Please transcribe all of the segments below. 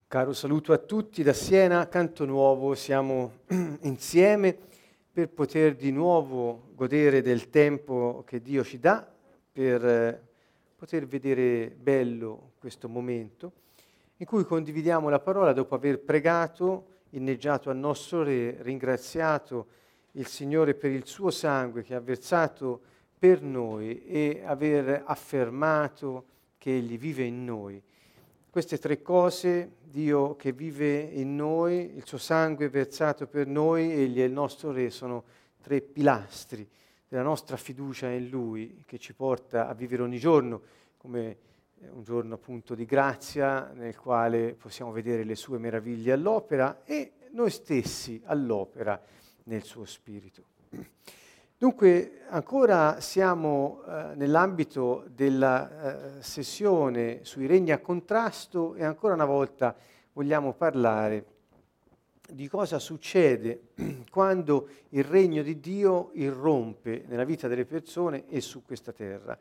Caro saluto a tutti da Siena, Canto Nuovo, siamo insieme per poter di nuovo godere del tempo che Dio ci dà, per poter vedere bello questo momento in cui condividiamo la parola dopo aver pregato, inneggiato al nostro Re, ringraziato il Signore per il suo sangue che ha versato per noi e aver affermato che Egli vive in noi. Queste tre cose, Dio che vive in noi, il suo sangue versato per noi, Egli è il nostro Re, sono tre pilastri della nostra fiducia in Lui che ci porta a vivere ogni giorno come un giorno appunto di grazia nel quale possiamo vedere le sue meraviglie all'opera e noi stessi all'opera nel suo Spirito. Dunque ancora siamo nell'ambito della sessione sui regni a contrasto e ancora una volta vogliamo parlare di cosa succede quando il regno di Dio irrompe nella vita delle persone e su questa terra.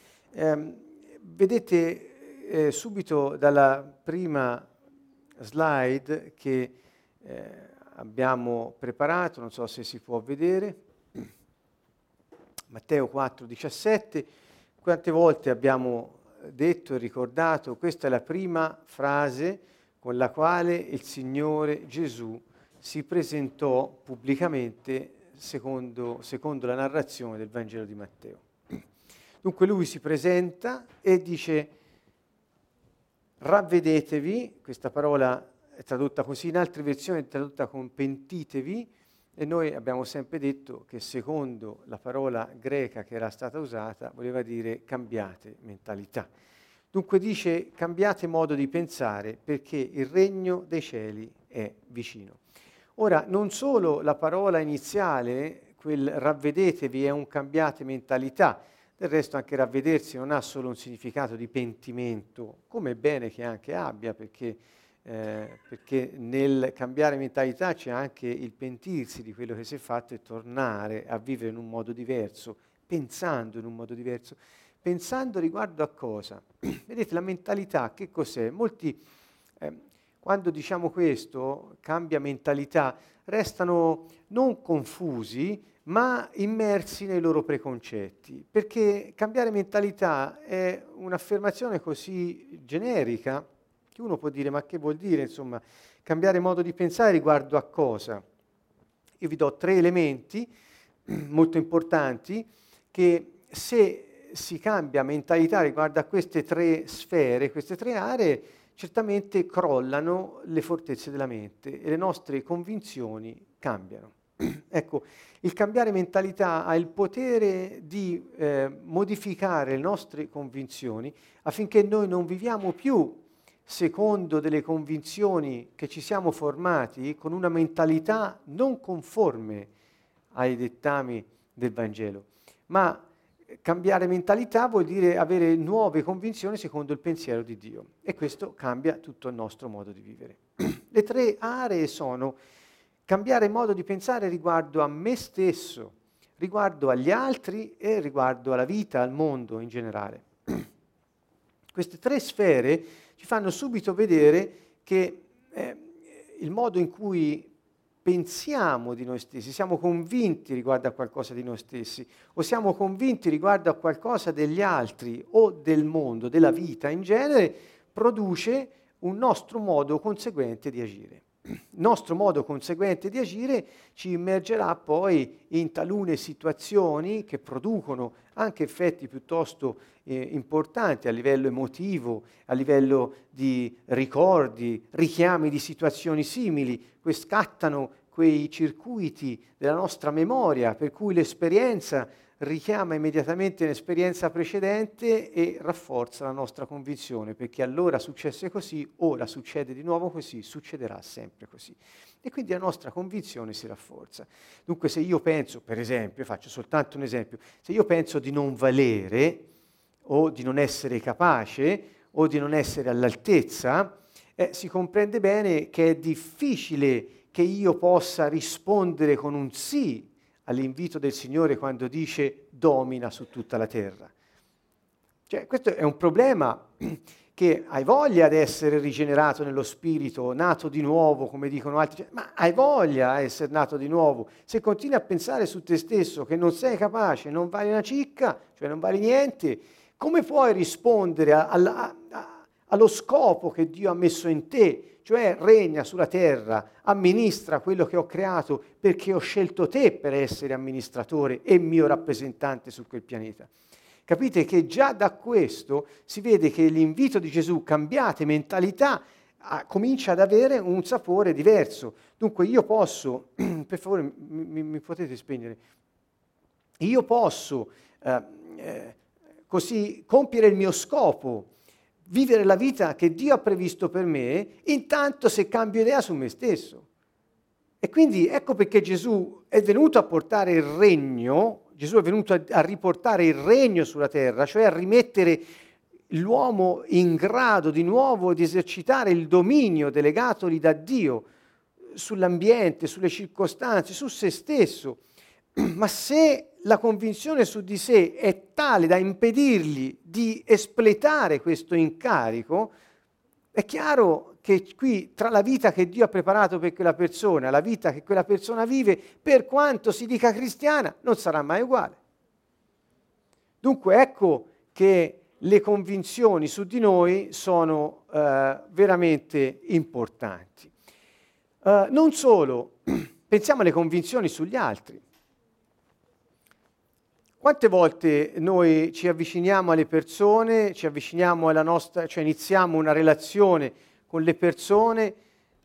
Vedete subito dalla prima slide che abbiamo preparato, non so se si può vedere, Matteo 4,17, quante volte abbiamo detto e ricordato, questa è la prima frase con la quale il Signore Gesù si presentò pubblicamente secondo la narrazione del Vangelo di Matteo. Dunque lui si presenta e dice ravvedetevi, questa parola è tradotta così, in altre versioni è tradotta con pentitevi, e noi abbiamo sempre detto che secondo la parola greca che era stata usata voleva dire cambiate mentalità. Dunque dice cambiate modo di pensare perché il regno dei cieli è vicino. Ora, non solo la parola iniziale, quel ravvedetevi, è un cambiate mentalità, del resto anche ravvedersi non ha solo un significato di pentimento, come è bene che anche abbia, perché nel cambiare mentalità c'è anche il pentirsi di quello che si è fatto e tornare a vivere in un modo diverso, pensando in un modo diverso. Pensando riguardo a cosa? Vedete, la mentalità che cos'è? Molti, quando diciamo questo, cambia mentalità, restano non confusi, ma immersi nei loro preconcetti, perché cambiare mentalità è un'affermazione così generica che uno può dire, ma che vuol dire, insomma, cambiare modo di pensare riguardo a cosa? Io vi do tre elementi molto importanti che se si cambia mentalità riguardo a queste tre sfere, queste tre aree, certamente crollano le fortezze della mente e le nostre convinzioni cambiano. Ecco, il cambiare mentalità ha il potere di modificare le nostre convinzioni affinché noi non viviamo più secondo delle convinzioni che ci siamo formati con una mentalità non conforme ai dettami del Vangelo, ma cambiare mentalità vuol dire avere nuove convinzioni secondo il pensiero di Dio e questo cambia tutto il nostro modo di vivere. Le tre aree sono cambiare modo di pensare riguardo a me stesso, riguardo agli altri e riguardo alla vita, al mondo in generale. Queste tre sfere ci fanno subito vedere che il modo in cui pensiamo di noi stessi, siamo convinti riguardo a qualcosa di noi stessi, o siamo convinti riguardo a qualcosa degli altri o del mondo, della vita in genere, produce un nostro modo conseguente di agire. Il nostro modo conseguente di agire ci immergerà poi in talune situazioni che producono anche effetti piuttosto importanti a livello emotivo, a livello di ricordi, richiami di situazioni simili, scattano quei circuiti della nostra memoria per cui l'esperienza richiama immediatamente l'esperienza precedente e rafforza la nostra convinzione, perché allora successe così, ora succede di nuovo così, succederà sempre così. E quindi la nostra convinzione si rafforza. Dunque se io penso, per esempio, faccio soltanto un esempio, se io penso di non valere o di non essere capace o di non essere all'altezza, si comprende bene che è difficile che io possa rispondere con un sì all'invito del Signore quando dice domina su tutta la terra. Cioè, questo è un problema che hai voglia di essere rigenerato nello spirito, nato di nuovo, come dicono altri, ma hai voglia di essere nato di nuovo. Se continui a pensare su te stesso che non sei capace, non vali una cicca, cioè non vali niente, come puoi rispondere allo scopo che Dio ha messo in te? Cioè regna sulla terra, amministra quello che ho creato perché ho scelto te per essere amministratore e mio rappresentante su quel pianeta. Capite che già da questo si vede che l'invito di Gesù, cambiate mentalità, comincia ad avere un sapore diverso. Dunque io posso, per favore mi potete spegnere, io posso così compiere il mio scopo, vivere la vita che Dio ha previsto per me, intanto se cambio idea su me stesso. E quindi ecco perché Gesù è venuto a portare il regno. Gesù è venuto a riportare il regno sulla terra, cioè a rimettere l'uomo in grado di nuovo di esercitare il dominio delegatogli da Dio sull'ambiente, sulle circostanze, su se stesso. Ma se la convinzione su di sé è tale da impedirgli di espletare questo incarico, è chiaro che qui tra la vita che Dio ha preparato per quella persona, la vita che quella persona vive, per quanto si dica cristiana, non sarà mai uguale. Dunque ecco che le convinzioni su di noi sono veramente importanti. Non solo, pensiamo alle convinzioni sugli altri. Quante volte noi ci avviciniamo alle persone, ci avviciniamo alla nostra, cioè iniziamo una relazione con le persone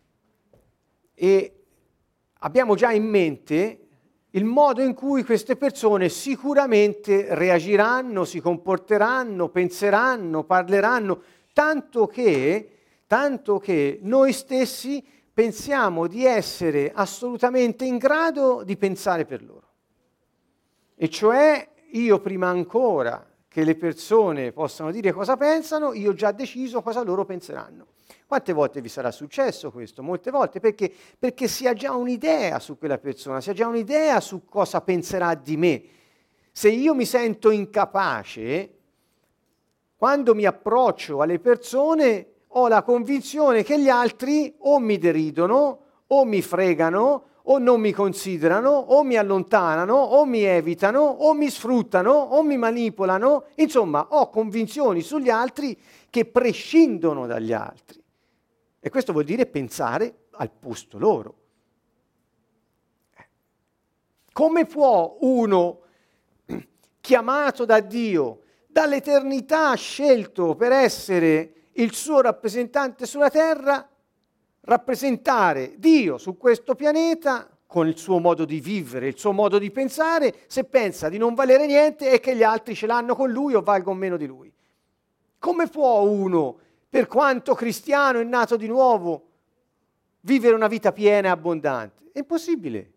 e abbiamo già in mente il modo in cui queste persone sicuramente reagiranno, si comporteranno, penseranno, parleranno, tanto che noi stessi pensiamo di essere assolutamente in grado di pensare per loro. E cioè io prima ancora che le persone possano dire cosa pensano, io ho già deciso cosa loro penseranno. Quante volte vi sarà successo questo? Molte volte, perché si ha già un'idea su quella persona, si ha già un'idea su cosa penserà di me. Se io mi sento incapace, quando mi approccio alle persone ho la convinzione che gli altri o mi deridono, o mi fregano, o non mi considerano, o mi allontanano, o mi evitano, o mi sfruttano, o mi manipolano. Insomma, ho convinzioni sugli altri che prescindono dagli altri. E questo vuol dire pensare al posto loro. Come può uno chiamato da Dio, dall'eternità scelto per essere il suo rappresentante sulla terra, rappresentare Dio su questo pianeta con il suo modo di vivere, il suo modo di pensare, se pensa di non valere niente e che gli altri ce l'hanno con lui o valgono meno di lui? Come può uno, per quanto cristiano e nato di nuovo, vivere una vita piena e abbondante? È impossibile.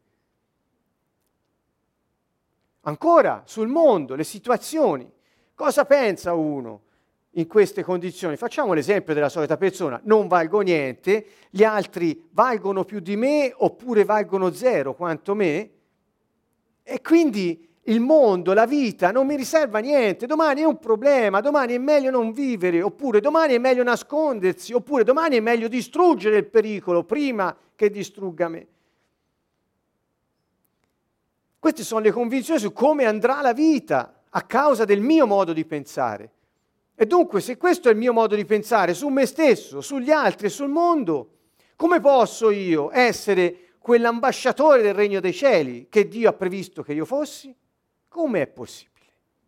Ancora, sul mondo, le situazioni. Cosa pensa uno in queste condizioni? Facciamo l'esempio della solita persona. Non valgo niente, gli altri valgono più di me oppure valgono zero quanto me e quindi il mondo, la vita non mi riserva niente. Domani è un problema, domani è meglio non vivere, oppure domani è meglio nascondersi, oppure domani è meglio distruggere il pericolo prima che distrugga me. Queste sono le convinzioni su come andrà la vita a causa del mio modo di pensare. E dunque, se questo è il mio modo di pensare su me stesso, sugli altri e sul mondo, come posso io essere quell'ambasciatore del regno dei cieli che Dio ha previsto che io fossi? Come è possibile?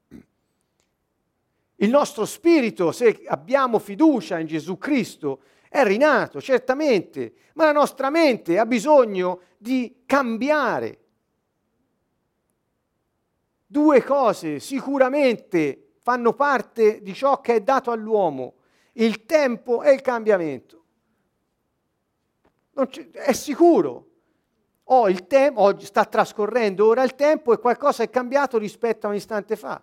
Il nostro spirito, se abbiamo fiducia in Gesù Cristo, è rinato, certamente, ma la nostra mente ha bisogno di cambiare. Due cose sicuramente fanno parte di ciò che è dato all'uomo, il tempo e il cambiamento. È sicuro. Oggi sta trascorrendo ora il tempo e qualcosa è cambiato rispetto a un istante fa.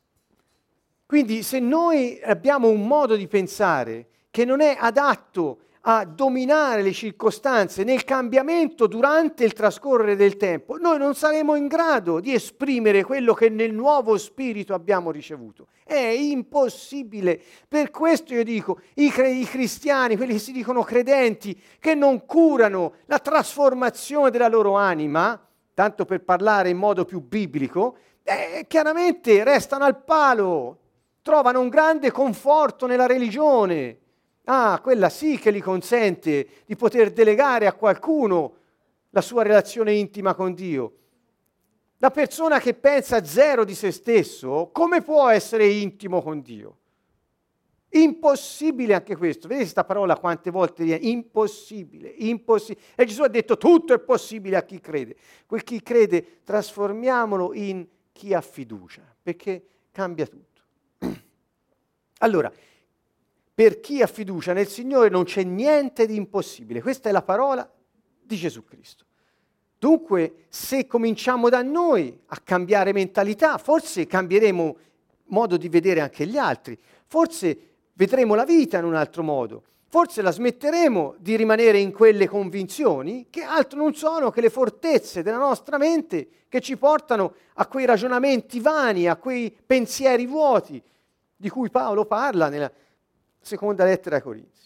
Quindi se noi abbiamo un modo di pensare che non è adatto a dominare le circostanze nel cambiamento durante il trascorrere del tempo, noi non saremo in grado di esprimere quello che nel nuovo spirito abbiamo ricevuto. È impossibile. Per questo io dico, i cristiani, quelli che si dicono credenti, che non curano la trasformazione della loro anima, tanto per parlare in modo più biblico, chiaramente restano al palo, trovano un grande conforto nella religione. Ah, quella sì che gli consente di poter delegare a qualcuno la sua relazione intima con Dio. La persona che pensa zero di se stesso, come può essere intimo con Dio? Impossibile anche questo. Vedete questa parola quante volte viene? Impossibile, impossibile. E Gesù ha detto tutto è possibile a chi crede. Quel chi crede trasformiamolo in chi ha fiducia, perché cambia tutto. Allora, per chi ha fiducia nel Signore non c'è niente di impossibile. Questa è la parola di Gesù Cristo. Dunque, se cominciamo da noi a cambiare mentalità, forse cambieremo modo di vedere anche gli altri, forse vedremo la vita in un altro modo, forse la smetteremo di rimanere in quelle convinzioni che altro non sono che le fortezze della nostra mente che ci portano a quei ragionamenti vani, a quei pensieri vuoti di cui Paolo parla nella seconda lettera ai Corinzi.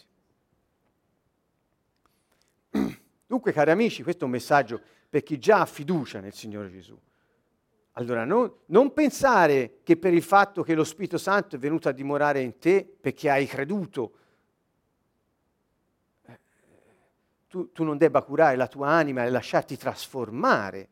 Dunque, cari amici, questo è un messaggio per chi già ha fiducia nel Signore Gesù. Allora, non pensare che per il fatto che lo Spirito Santo è venuto a dimorare in te, perché hai creduto, tu non debba curare la tua anima e lasciarti trasformare.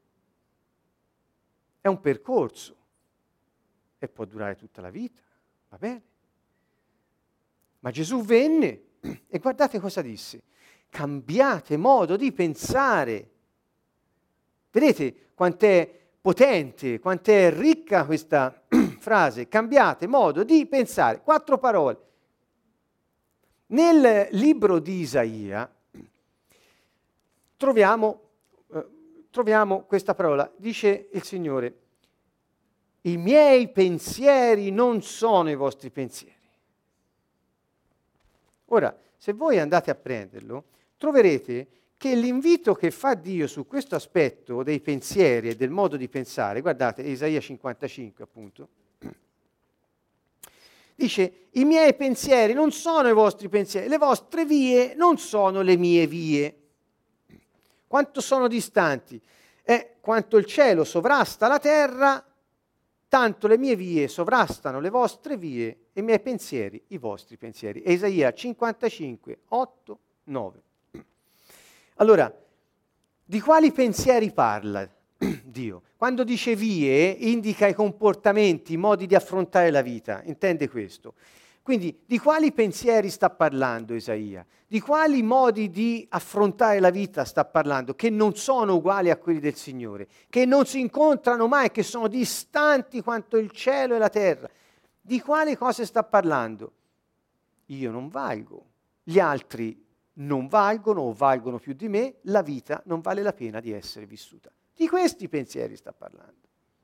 È un percorso e può durare tutta la vita, va bene? Ma Gesù venne e guardate cosa disse. Cambiate modo di pensare. Vedete quant'è potente, quant'è ricca questa frase. Cambiate modo di pensare. 4 parole. Nel libro di Isaia troviamo questa parola. Dice il Signore, i miei pensieri non sono i vostri pensieri. Ora, se voi andate a prenderlo, troverete che l'invito che fa Dio su questo aspetto dei pensieri e del modo di pensare, guardate, Isaia 55 appunto, dice, i miei pensieri non sono i vostri pensieri, le vostre vie non sono le mie vie. Quanto sono distanti? Quanto il cielo sovrasta la terra, tanto le mie vie sovrastano le vostre vie e i miei pensieri i vostri pensieri. Isaia 55, 8, 9. Allora, di quali pensieri parla Dio? Quando dice vie, indica i comportamenti, i modi di affrontare la vita, intende questo. Quindi, di quali pensieri sta parlando Isaia? Di quali modi di affrontare la vita sta parlando? Che non sono uguali a quelli del Signore, che non si incontrano mai, che sono distanti quanto il cielo e la terra. Di quali cose sta parlando? Io non valgo, gli altri non valgono o valgono più di me, la vita non vale la pena di essere vissuta. Di questi pensieri sta parlando.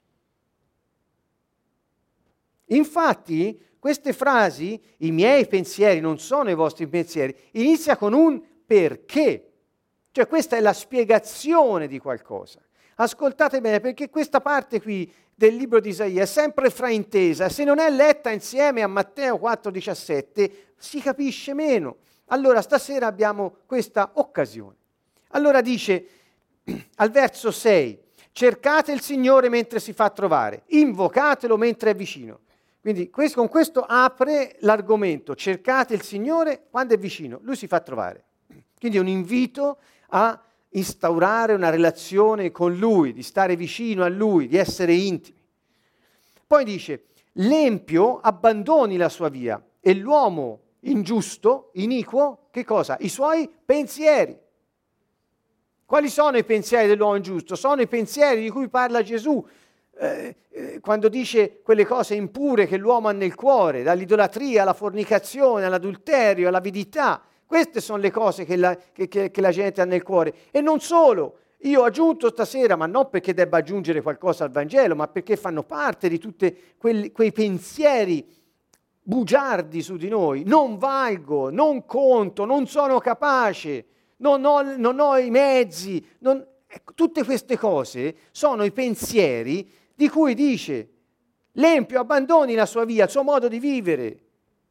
Infatti, queste frasi, i miei pensieri non sono i vostri pensieri, inizia con un perché. Cioè questa è la spiegazione di qualcosa. Ascoltate bene, perché questa parte qui del libro di Isaia è sempre fraintesa. Se non è letta insieme a Matteo 4,17 si capisce meno. Allora stasera abbiamo questa occasione. Allora dice al verso 6, cercate il Signore mentre si fa trovare, invocatelo mentre è vicino. Quindi con questo apre l'argomento, cercate il Signore quando è vicino, Lui si fa trovare. Quindi è un invito a instaurare una relazione con Lui, di stare vicino a Lui, di essere intimi. Poi dice, l'empio abbandoni la sua via e l'uomo ingiusto, iniquo, che cosa? I suoi pensieri. Quali sono i pensieri dell'uomo ingiusto? Sono i pensieri di cui parla Gesù quando dice quelle cose impure che l'uomo ha nel cuore, dall'idolatria alla fornicazione, all'adulterio, all'avidità. Queste sono le cose che la gente ha nel cuore. E non solo, io ho aggiunto stasera, ma non perché debba aggiungere qualcosa al Vangelo, ma perché fanno parte di tutti quei pensieri bugiardi su di noi, non valgo, non conto, non sono capace, non ho i mezzi. Ecco, tutte queste cose sono i pensieri di cui dice l'empio abbandoni la sua via, il suo modo di vivere.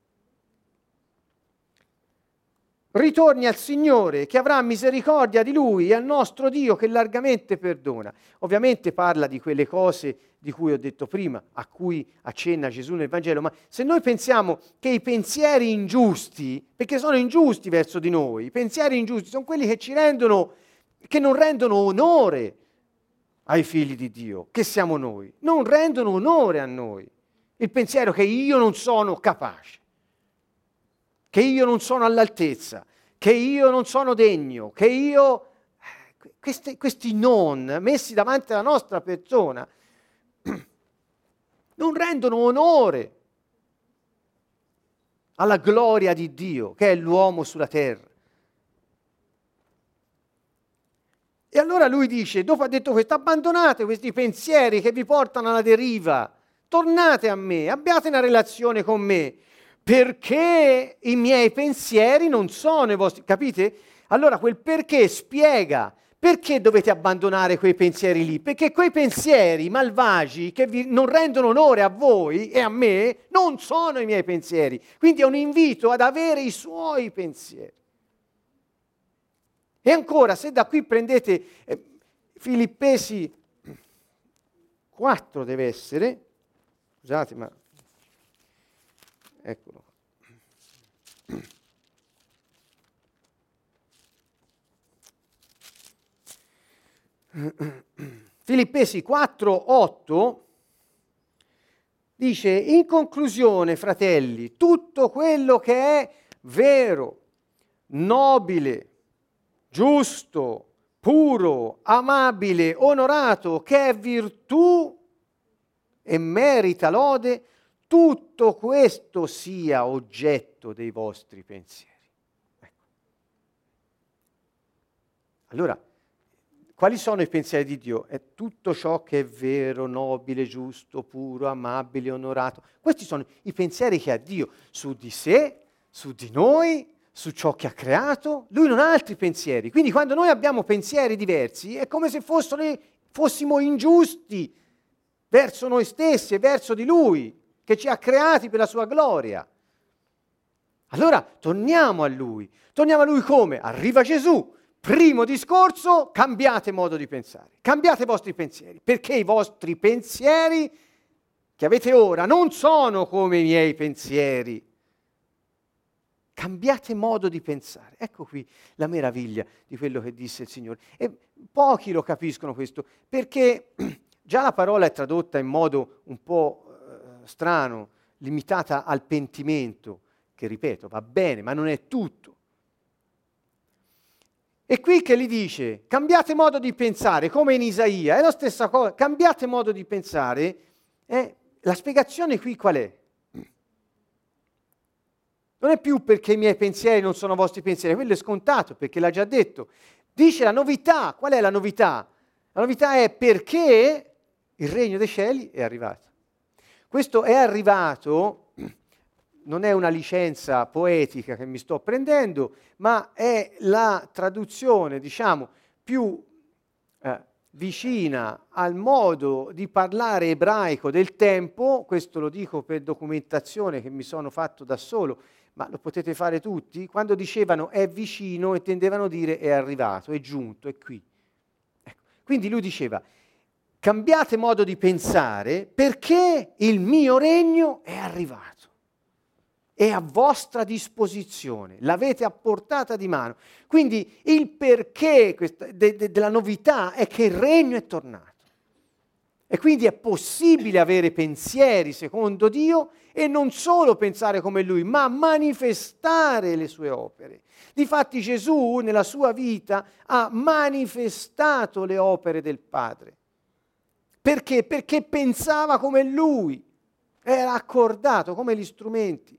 Ritorni al Signore che avrà misericordia di Lui e al nostro Dio che largamente perdona. Ovviamente parla di quelle cose di cui ho detto prima, a cui accenna Gesù nel Vangelo, ma se noi pensiamo che i pensieri ingiusti, perché sono ingiusti verso di noi, i pensieri ingiusti sono quelli che che non rendono onore ai figli di Dio, che siamo noi, non rendono onore a noi. Il pensiero che io non sono capace, che io non sono all'altezza, che io non sono degno, che io... Questi non messi davanti alla nostra persona non rendono onore alla gloria di Dio, che è l'uomo sulla terra. E allora lui dice, dopo ha detto questo, abbandonate questi pensieri che vi portano alla deriva, tornate a me, abbiate una relazione con me, perché i miei pensieri non sono i vostri, capite? Allora quel perché spiega perché dovete abbandonare quei pensieri lì, perché quei pensieri malvagi che non rendono onore a voi e a me non sono i miei pensieri, quindi è un invito ad avere i suoi pensieri. E ancora, se da qui prendete Filippesi 4 deve essere, scusate ma, eccolo. Filippesi 4:8 dice, in conclusione, fratelli, tutto quello che è vero, nobile, giusto, puro, amabile, onorato, che è virtù e merita lode, tutto questo sia oggetto dei vostri pensieri. Ecco. Allora, quali sono i pensieri di Dio? È tutto ciò che è vero, nobile, giusto, puro, amabile, onorato. Questi sono i pensieri che ha Dio su di sé, su di noi, su ciò che ha creato. Lui non ha altri pensieri. Quindi quando noi abbiamo pensieri diversi è come se fossimo ingiusti verso noi stessi e verso di Lui, che ci ha creati per la sua gloria. Allora torniamo a Lui. Torniamo a Lui come? Arriva Gesù. Primo discorso, cambiate modo di pensare, cambiate i vostri pensieri, perché i vostri pensieri che avete ora non sono come i miei pensieri. Cambiate modo di pensare. Ecco qui la meraviglia di quello che disse il Signore. E pochi lo capiscono questo, perché già la parola è tradotta in modo un po' strano, limitata al pentimento, che ripeto, va bene, ma non è tutto. E qui che gli dice, cambiate modo di pensare, come in Isaia, è la stessa cosa, cambiate modo di pensare, la spiegazione qui qual è? Non è più perché i miei pensieri non sono vostri pensieri, quello è scontato, perché l'ha già detto. Dice la novità, qual è la novità? La novità è perché il regno dei cieli è arrivato. Questo è arrivato... non è una licenza poetica che mi sto prendendo, ma è la traduzione, diciamo, più vicina al modo di parlare ebraico del tempo. Questo lo dico per documentazione che mi sono fatto da solo, ma lo potete fare tutti. Quando dicevano è vicino, intendevano dire è arrivato, è giunto, è qui. Ecco. Quindi lui diceva, cambiate modo di pensare perché il mio regno è arrivato. È a vostra disposizione, l'avete a portata di mano. Quindi il perché della novità è che il regno è tornato. E quindi è possibile avere pensieri secondo Dio e non solo pensare come Lui, ma manifestare le sue opere. Difatti Gesù nella sua vita ha manifestato le opere del Padre. Perché? Perché pensava come Lui, era accordato come gli strumenti.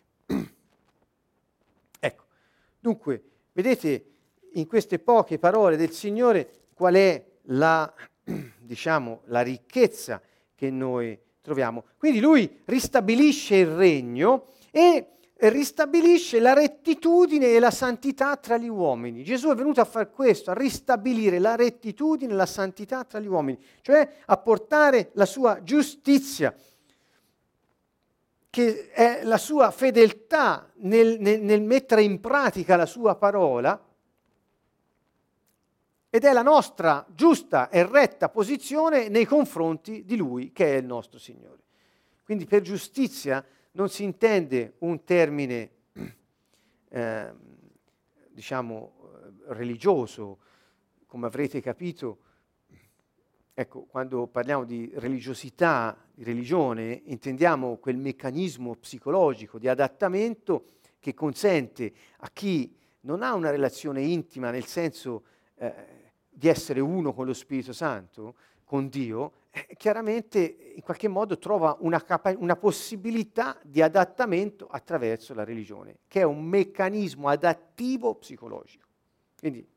Ecco, dunque, vedete in queste poche parole del Signore qual è la, diciamo, la ricchezza che noi troviamo. Quindi lui ristabilisce il regno e ristabilisce la rettitudine e la santità tra gli uomini. Gesù è venuto a fare questo, a ristabilire la rettitudine e la santità tra gli uomini, cioè a portare la sua giustizia, che è la sua fedeltà nel mettere in pratica la sua parola, ed è la nostra giusta e retta posizione nei confronti di Lui, che è il nostro Signore. Quindi per giustizia non si intende un termine, religioso, come avrete capito. Ecco, quando parliamo di religiosità, di religione, intendiamo quel meccanismo psicologico di adattamento che consente a chi non ha una relazione intima, nel senso di essere uno con lo Spirito Santo, con Dio, chiaramente in qualche modo trova una possibilità di adattamento attraverso la religione, che è un meccanismo adattivo psicologico. Quindi,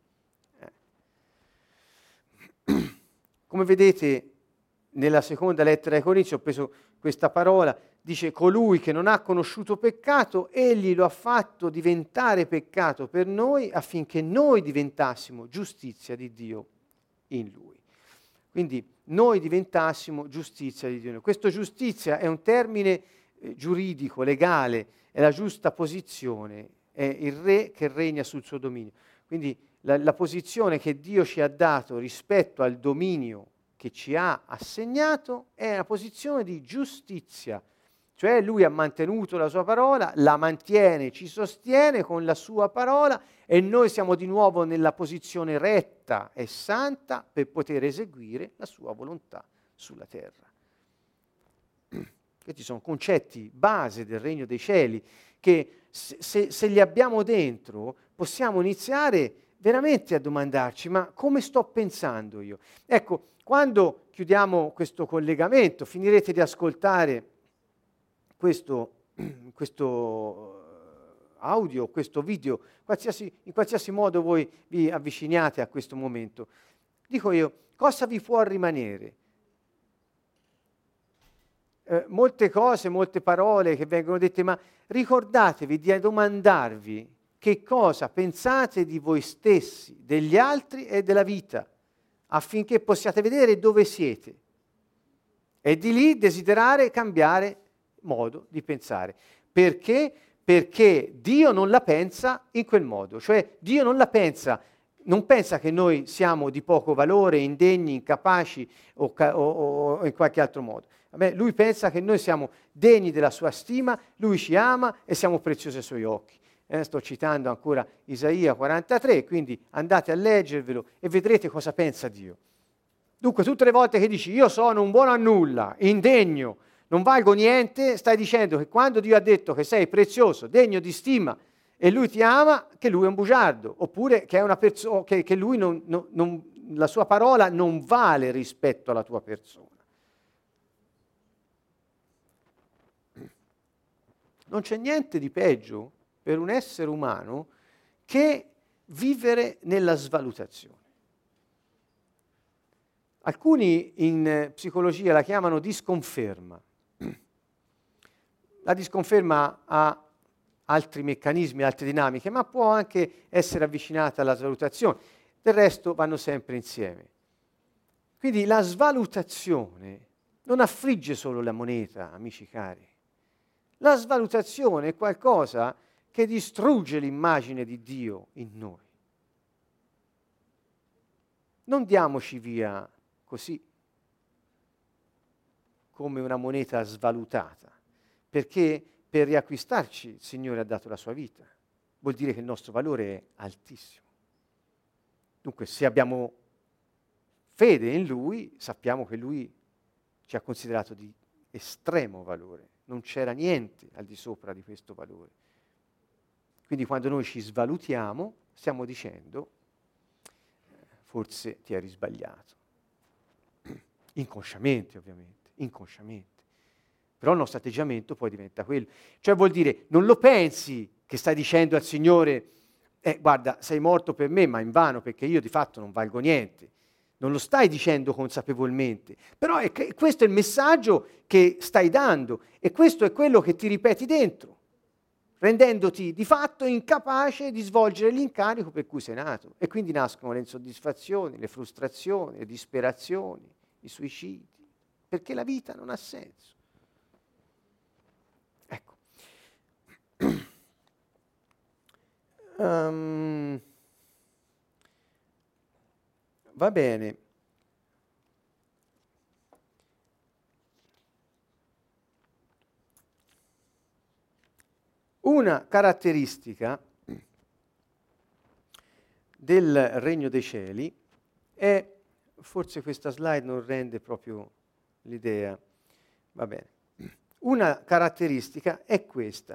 come vedete, nella seconda lettera ai Corinzi ho preso questa parola, dice: colui che non ha conosciuto peccato, egli lo ha fatto diventare peccato per noi, affinché noi diventassimo giustizia di Dio in lui. Quindi noi diventassimo giustizia di Dio. Questo giustizia è un termine giuridico, legale, è la giusta posizione, è il re che regna sul suo dominio. Quindi la posizione che Dio ci ha dato rispetto al dominio che ci ha assegnato è una posizione di giustizia. Cioè lui ha mantenuto la sua parola, la mantiene, ci sostiene con la sua parola e noi siamo di nuovo nella posizione retta e santa per poter eseguire la sua volontà sulla terra. Questi sono concetti base del regno dei cieli che se li abbiamo dentro possiamo iniziare veramente a domandarci: ma come sto pensando io? Ecco, quando chiudiamo questo collegamento finirete di ascoltare questo audio, questo video, in qualsiasi modo voi vi avviciniate a questo momento. Dico io, cosa vi può rimanere? Molte cose, molte parole che vengono dette, ma ricordatevi di domandarvi che cosa pensate di voi stessi, degli altri e della vita, affinché possiate vedere dove siete e di lì desiderare cambiare modo di pensare. Perché? Perché Dio non la pensa in quel modo, cioè Dio non pensa che noi siamo di poco valore, indegni, incapaci o in qualche altro modo. Lui pensa che noi siamo degni della sua stima, lui ci ama e siamo preziosi ai suoi occhi. Sto citando ancora Isaia 43, quindi andate a leggervelo e vedrete cosa pensa Dio. Dunque, tutte le volte che dici io sono un buono a nulla, indegno, non valgo niente, stai dicendo che quando Dio ha detto che sei prezioso, degno di stima e lui ti ama, che lui è un bugiardo, oppure che è una persona che lui la sua parola non vale rispetto alla tua persona. Non c'è niente di peggio per un essere umano che vivere nella svalutazione. Alcuni in psicologia la chiamano disconferma. La disconferma ha altri meccanismi, altre dinamiche, ma può anche essere avvicinata alla svalutazione. Del resto vanno sempre insieme. Quindi la svalutazione non affligge solo la moneta, amici cari. La svalutazione è qualcosa che distrugge l'immagine di Dio in noi. Non diamoci via così, come una moneta svalutata, perché per riacquistarci il Signore ha dato la sua vita. Vuol dire che il nostro valore è altissimo. Dunque, se abbiamo fede in Lui, sappiamo che Lui ci ha considerato di estremo valore. Non c'era niente al di sopra di questo valore. Quindi quando noi ci svalutiamo, stiamo dicendo, forse ti eri sbagliato. Inconsciamente, ovviamente, inconsciamente. Però il nostro atteggiamento poi diventa quello. Cioè vuol dire, non lo pensi che stai dicendo al Signore, guarda, sei morto per me, ma invano, perché io di fatto non valgo niente. Non lo stai dicendo consapevolmente, però questo è il messaggio che stai dando e questo è quello che ti ripeti dentro, rendendoti di fatto incapace di svolgere l'incarico per cui sei nato. E quindi nascono le insoddisfazioni, le frustrazioni, le disperazioni, i suicidi, perché la vita non ha senso. Ecco. Va bene. Una caratteristica del Regno dei Cieli è, forse questa slide non rende proprio l'idea, va bene. Una caratteristica è questa.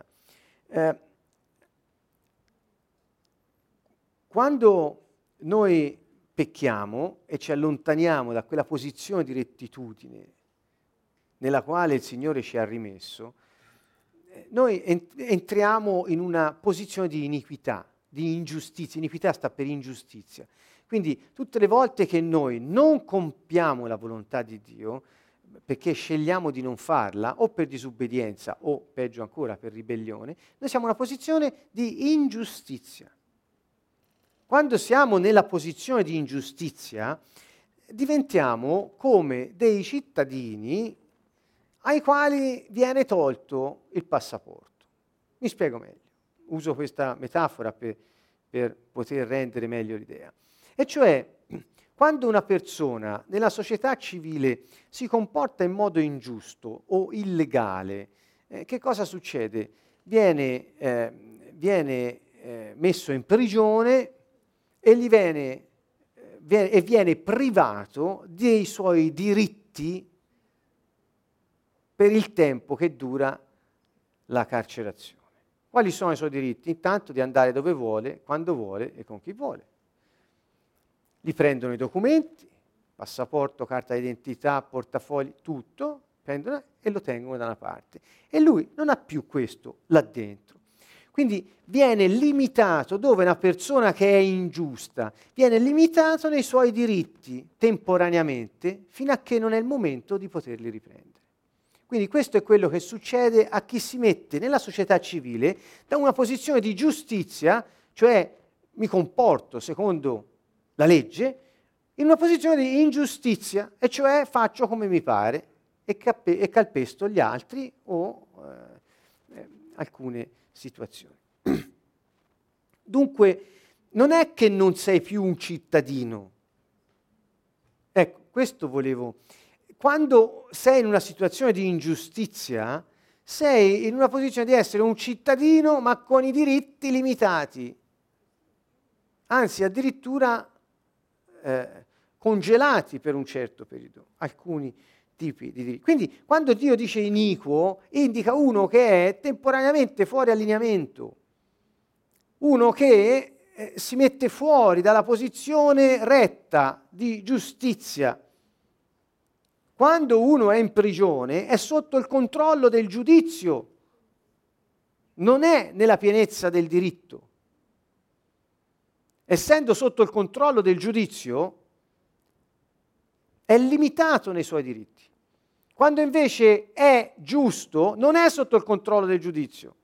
Quando noi pecchiamo e ci allontaniamo da quella posizione di rettitudine nella quale il Signore ci ha rimesso, noi entriamo in una posizione di iniquità, di ingiustizia. Iniquità sta per ingiustizia. Quindi tutte le volte che noi non compiamo la volontà di Dio, perché scegliamo di non farla, o per disobbedienza, o peggio ancora per ribellione, noi siamo in una posizione di ingiustizia. Quando siamo nella posizione di ingiustizia, diventiamo come dei cittadini ai quali viene tolto il passaporto. Mi spiego meglio. Uso questa metafora per poter rendere meglio l'idea. E cioè, quando una persona nella società civile si comporta in modo ingiusto o illegale, che cosa succede? Viene messo in prigione e viene privato dei suoi diritti per il tempo che dura la carcerazione. Quali sono i suoi diritti? Intanto di andare dove vuole, quando vuole e con chi vuole. Gli prendono i documenti, passaporto, carta d'identità, portafogli, tutto, prendono e lo tengono da una parte. E lui non ha più questo là dentro. Quindi viene limitato, dove una persona che è ingiusta, viene limitato nei suoi diritti temporaneamente, fino a che non è il momento di poterli riprendere. Quindi questo è quello che succede a chi si mette nella società civile da una posizione di giustizia, cioè mi comporto secondo la legge, in una posizione di ingiustizia, e cioè faccio come mi pare e calpesto gli altri o alcune situazioni. Dunque, non è che non sei più un cittadino. Ecco, questo volevo. Quando sei in una situazione di ingiustizia, sei in una posizione di essere un cittadino ma con i diritti limitati, anzi addirittura congelati per un certo periodo, alcuni tipi di diritti. Quindi quando Dio dice iniquo, indica uno che è temporaneamente fuori allineamento, uno che si mette fuori dalla posizione retta di giustizia. Quando uno è in prigione è sotto il controllo del giudizio, non è nella pienezza del diritto. Essendo sotto il controllo del giudizio, è limitato nei suoi diritti. Quando invece è giusto, non è sotto il controllo del giudizio.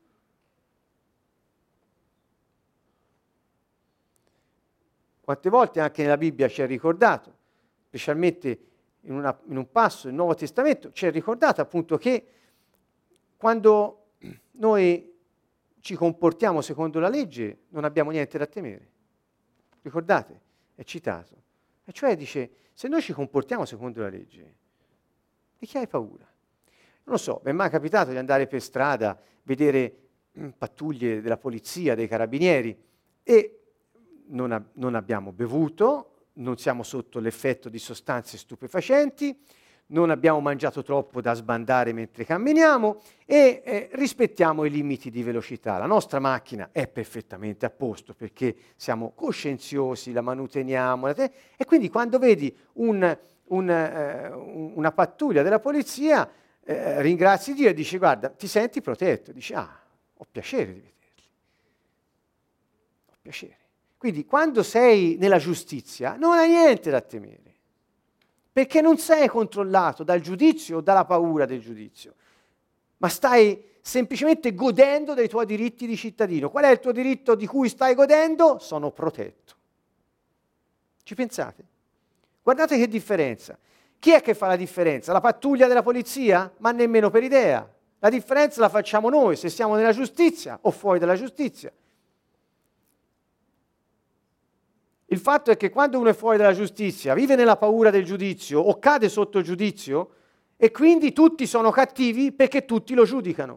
Quante volte anche nella Bibbia ci è ricordato, specialmente in un passo del Nuovo Testamento, ci è ricordato appunto che quando noi ci comportiamo secondo la legge non abbiamo niente da temere. Ricordate? È citato. E cioè dice, se noi ci comportiamo secondo la legge, di chi hai paura? Non lo so, mi è mai capitato di andare per strada, vedere pattuglie della polizia, dei carabinieri, e non abbiamo bevuto, non siamo sotto l'effetto di sostanze stupefacenti, non abbiamo mangiato troppo da sbandare mentre camminiamo e rispettiamo i limiti di velocità. La nostra macchina è perfettamente a posto perché siamo coscienziosi, la manuteniamo, e quindi quando vedi una pattuglia della polizia ringrazi Dio e dici guarda, ti senti protetto, dici ho piacere di vederli, ho piacere. Quindi quando sei nella giustizia non hai niente da temere, perché non sei controllato dal giudizio o dalla paura del giudizio, ma stai semplicemente godendo dei tuoi diritti di cittadino. Qual è il tuo diritto di cui stai godendo? Sono protetto. Ci pensate? Guardate che differenza. Chi è che fa la differenza? La pattuglia della polizia? Ma nemmeno per idea. La differenza la facciamo noi, se siamo nella giustizia o fuori dalla giustizia. Il fatto è che quando uno è fuori dalla giustizia, vive nella paura del giudizio o cade sotto il giudizio, e quindi tutti sono cattivi perché tutti lo giudicano.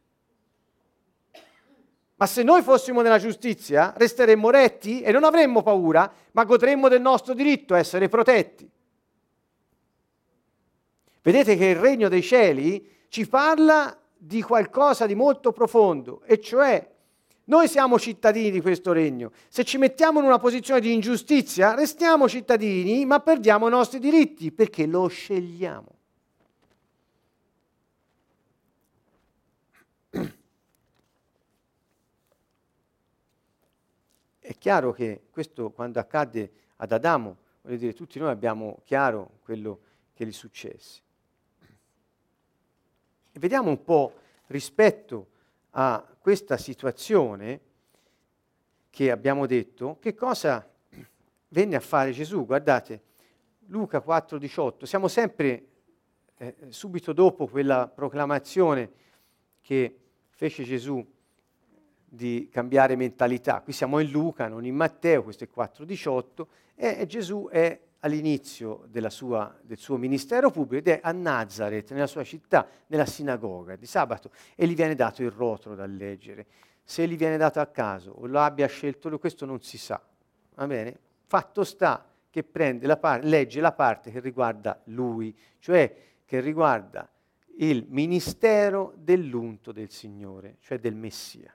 Ma se noi fossimo nella giustizia, resteremmo retti e non avremmo paura, ma godremmo del nostro diritto a essere protetti. Vedete che il regno dei cieli ci parla di qualcosa di molto profondo, e cioè noi siamo cittadini di questo regno. Se ci mettiamo in una posizione di ingiustizia, restiamo cittadini, ma perdiamo i nostri diritti, perché lo scegliamo. È chiaro che questo, quando accadde ad Adamo, voglio dire, tutti noi abbiamo chiaro quello che gli successe. E vediamo un po' rispetto a questa situazione che abbiamo detto, che cosa venne a fare Gesù. Guardate, Luca 4,18, siamo sempre subito dopo quella proclamazione che fece Gesù di cambiare mentalità. Qui siamo in Luca, non in Matteo, questo è 4,18, e Gesù è all'inizio del suo ministero pubblico ed è a Nazaret, nella sua città, nella sinagoga di sabato, e gli viene dato il rotolo da leggere. Se gli viene dato a caso o lo abbia scelto lui, questo non si sa. Va bene? Fatto sta che legge la parte che riguarda lui, cioè che riguarda il ministero dell'unto del Signore, cioè del Messia.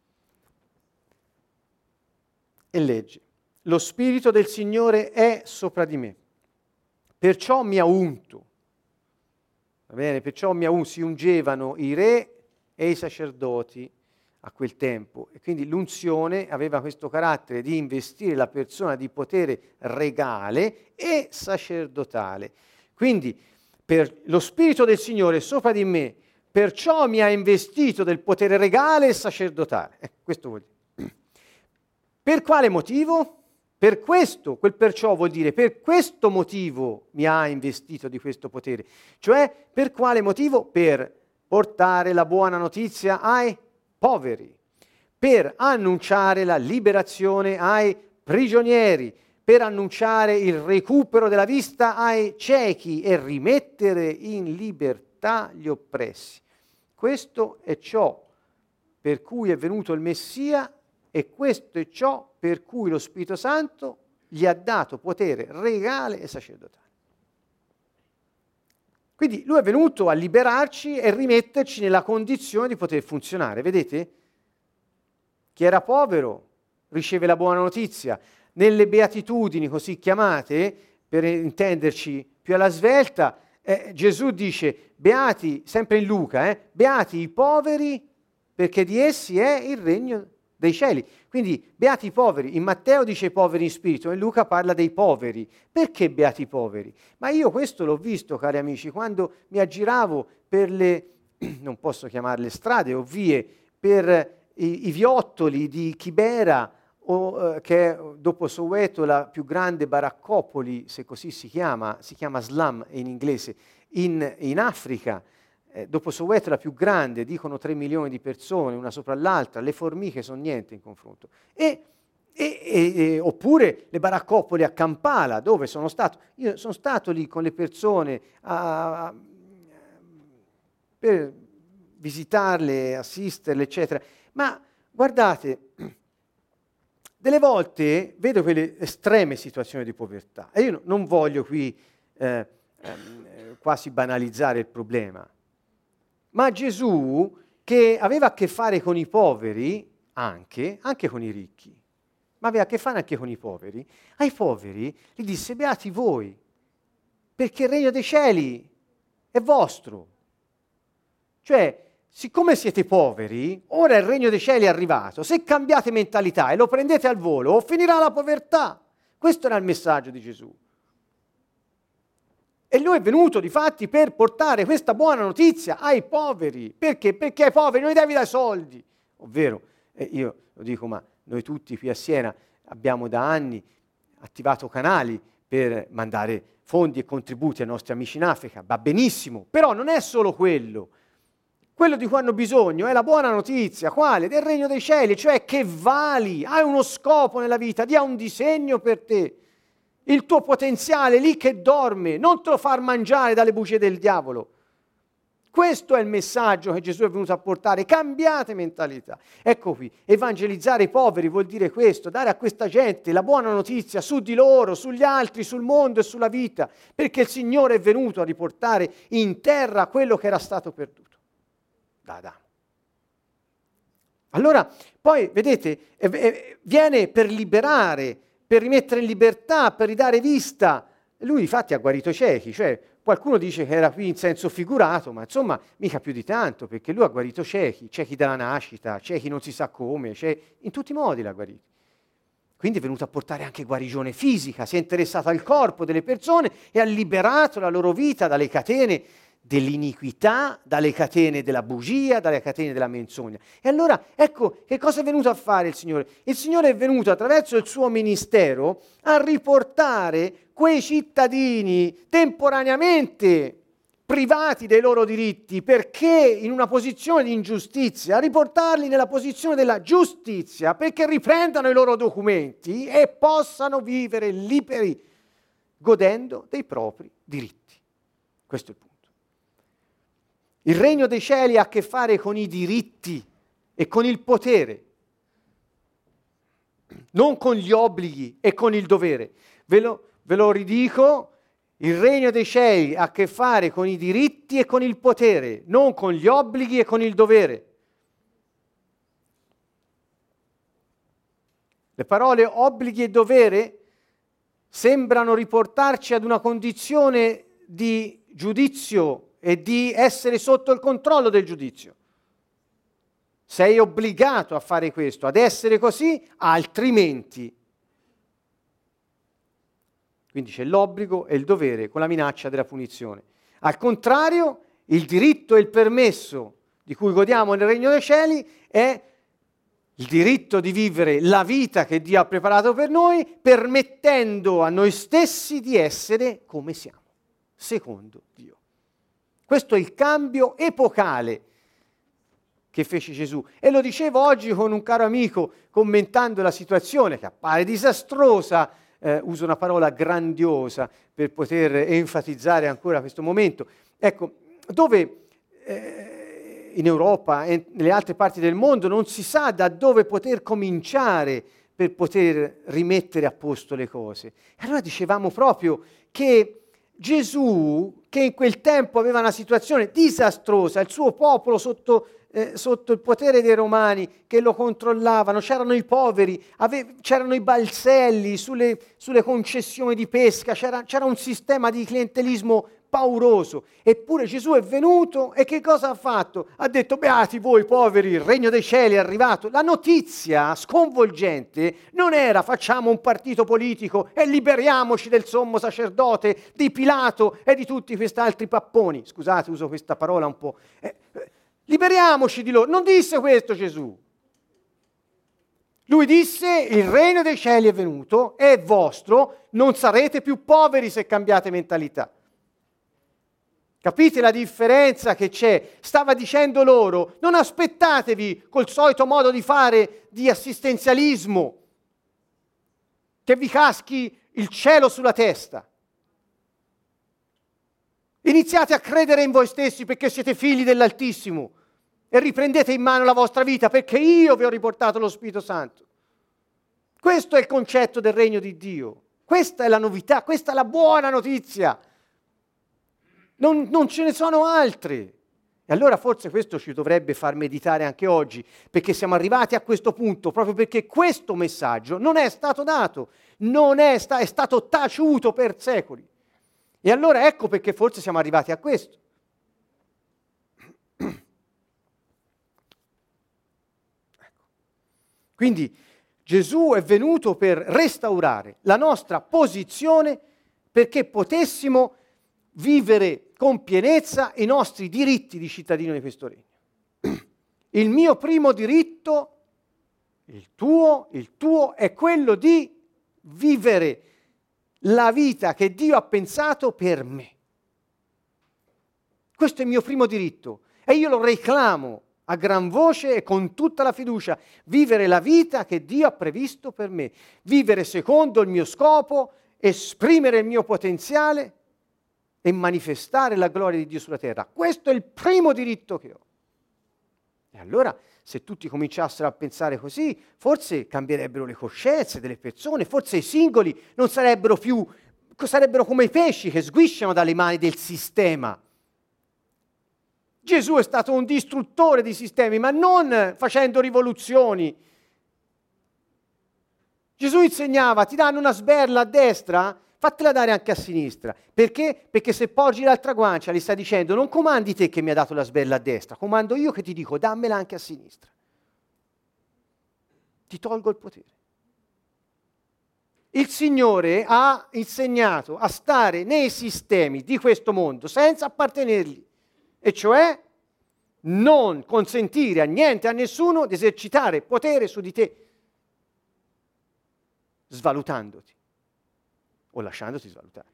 E legge: lo Spirito del Signore è sopra di me, perciò mi ha unto. Va bene? Perciò si ungevano i re e i sacerdoti a quel tempo, e quindi l'unzione aveva questo carattere di investire la persona di potere regale e sacerdotale. Quindi lo Spirito del Signore è sopra di me, perciò mi ha investito del potere regale e sacerdotale. Questo vuol dire. Per quale motivo? Per questo, quel perciò vuol dire per questo motivo mi ha investito di questo potere. Cioè, per quale motivo? Per portare la buona notizia ai poveri, per annunciare la liberazione ai prigionieri, per annunciare il recupero della vista ai ciechi e rimettere in libertà gli oppressi. Questo è ciò per cui è venuto il Messia, e questo è ciò per cui lo Spirito Santo gli ha dato potere regale e sacerdotale. Quindi lui è venuto a liberarci e rimetterci nella condizione di poter funzionare. Vedete? Chi era povero riceve la buona notizia. Nelle beatitudini così chiamate, per intenderci più alla svelta, Gesù dice, beati, sempre in Luca, beati i poveri, perché di essi è il regno dei cieli. Quindi beati i poveri. In Matteo dice i poveri in spirito, in Luca parla dei poveri. Perché beati i poveri? Ma io questo l'ho visto, cari amici, quando mi aggiravo per le, non posso chiamarle strade o vie, per i viottoli di Kibera, che è dopo Soweto la più grande baraccopoli, se così si chiama slum in inglese, in Africa. Dopo Soweto è la più grande, dicono 3 milioni di persone, una sopra l'altra, le formiche sono niente in confronto. Oppure le baraccopoli a Kampala, dove sono stato. Io sono stato lì con le persone per visitarle, assisterle, eccetera. Ma guardate, delle volte vedo quelle estreme situazioni di povertà, e io non voglio qui quasi banalizzare il problema. Ma Gesù, che aveva a che fare con i poveri, anche con i ricchi, ma aveva a che fare anche con i poveri, ai poveri gli disse: beati voi, perché il regno dei cieli è vostro. Cioè, siccome siete poveri, ora il regno dei cieli è arrivato, se cambiate mentalità e lo prendete al volo, finirà la povertà. Questo era il messaggio di Gesù. E lui è venuto, difatti, per portare questa buona notizia ai poveri. Perché? Perché ai poveri non gli devi dare soldi. Ovvero, io lo dico, ma noi tutti qui a Siena abbiamo da anni attivato canali per mandare fondi e contributi ai nostri amici in Africa. Va benissimo, però non è solo quello. Quello di cui hanno bisogno è la buona notizia. Quale? Del regno dei cieli, cioè che vali, hai uno scopo nella vita, Dio ha un disegno per te. Il tuo potenziale lì che dorme, non te lo far mangiare dalle bugie del diavolo. Questo è il messaggio che Gesù è venuto a portare. Cambiate mentalità. Ecco qui, evangelizzare i poveri vuol dire questo, dare a questa gente la buona notizia su di loro, sugli altri, sul mondo e sulla vita, perché il Signore è venuto a riportare in terra quello che era stato perduto da Adamo. Allora, poi, vedete, viene per liberare, per rimettere in libertà, per ridare vista. Lui infatti ha guarito i ciechi, cioè qualcuno dice che era qui in senso figurato, ma insomma mica più di tanto, perché lui ha guarito ciechi dalla nascita, ciechi non si sa come, in tutti i modi l'ha guarito. Quindi è venuto a portare anche guarigione fisica, si è interessato al corpo delle persone e ha liberato la loro vita dalle catene dell'iniquità, dalle catene della bugia, dalle catene della menzogna. E allora, ecco, che cosa è venuto a fare il Signore? Il Signore è venuto attraverso il suo ministero a riportare quei cittadini temporaneamente privati dei loro diritti, perché in una posizione di ingiustizia, a riportarli nella posizione della giustizia, perché riprendano i loro documenti e possano vivere liberi, godendo dei propri diritti. Questo è il punto. Il regno dei cieli ha a che fare con i diritti e con il potere, non con gli obblighi e con il dovere. Ve lo ridico, il regno dei cieli ha a che fare con i diritti e con il potere, non con gli obblighi e con il dovere. Le parole obblighi e dovere sembrano riportarci ad una condizione di giudizio e di essere sotto il controllo del giudizio. Sei obbligato a fare questo, ad essere così, altrimenti. Quindi c'è l'obbligo e il dovere con la minaccia della punizione. Al contrario, il diritto e il permesso di cui godiamo nel regno dei cieli è il diritto di vivere la vita che Dio ha preparato per noi, permettendo a noi stessi di essere come siamo, secondo Dio. Questo è il cambio epocale che fece Gesù. E lo dicevo oggi con un caro amico, commentando la situazione che appare disastrosa, uso una parola grandiosa per poter enfatizzare ancora questo momento. Ecco, dove in Europa e nelle altre parti del mondo non si sa da dove poter cominciare per poter rimettere a posto le cose. E allora dicevamo proprio che Gesù, che in quel tempo aveva una situazione disastrosa, il suo popolo sotto il potere dei Romani che lo controllavano, c'erano i poveri, c'erano i balzelli sulle concessioni di pesca, c'era un sistema di clientelismo pauroso. Eppure Gesù è venuto e che cosa ha fatto? Ha detto: beati voi poveri, il regno dei cieli è arrivato. La notizia sconvolgente non era facciamo un partito politico e liberiamoci del sommo sacerdote, di Pilato e di tutti questi altri papponi. Scusate, uso questa parola un po'. Liberiamoci di loro. Non disse questo Gesù. Lui disse: il regno dei cieli è venuto, è vostro, non sarete più poveri se cambiate mentalità. Capite la differenza che c'è? Stava dicendo loro: non aspettatevi col solito modo di fare di assistenzialismo, che vi caschi il cielo sulla testa. Iniziate a credere in voi stessi perché siete figli dell'Altissimo e riprendete in mano la vostra vita perché io vi ho riportato lo Spirito Santo. Questo è il concetto del regno di Dio. Questa è la novità, questa è la buona notizia. Non ce ne sono altri. E allora forse questo ci dovrebbe far meditare anche oggi, perché siamo arrivati a questo punto proprio perché questo messaggio non è stato dato, è stato taciuto per secoli. E allora ecco perché forse siamo arrivati a questo. Quindi Gesù è venuto per restaurare la nostra posizione perché potessimo vivere con pienezza i nostri diritti di cittadino di questo regno. Il mio primo diritto, il tuo è quello di vivere la vita che Dio ha pensato per me. Questo è il mio primo diritto e io lo reclamo a gran voce e con tutta la fiducia, vivere la vita che Dio ha previsto per me, vivere secondo il mio scopo, esprimere il mio potenziale e manifestare la gloria di Dio sulla terra. Questo è il primo diritto che ho. E allora, se tutti cominciassero a pensare così, forse cambierebbero le coscienze delle persone, forse i singoli non sarebbero più, sarebbero come i pesci che sguisciano dalle mani del sistema. Gesù è stato un distruttore di sistemi, ma non facendo rivoluzioni. Gesù insegnava, ti danno una sberla a destra, fatela dare anche a sinistra. Perché? Perché se poggi l'altra guancia, gli stai dicendo, non comandi te che mi ha dato la sberla a destra, comando io che ti dico, dammela anche a sinistra. Ti tolgo il potere. Il Signore ha insegnato a stare nei sistemi di questo mondo senza appartenergli. E cioè non consentire a niente, a nessuno di esercitare potere su di te, svalutandoti o lasciandoti svalutare.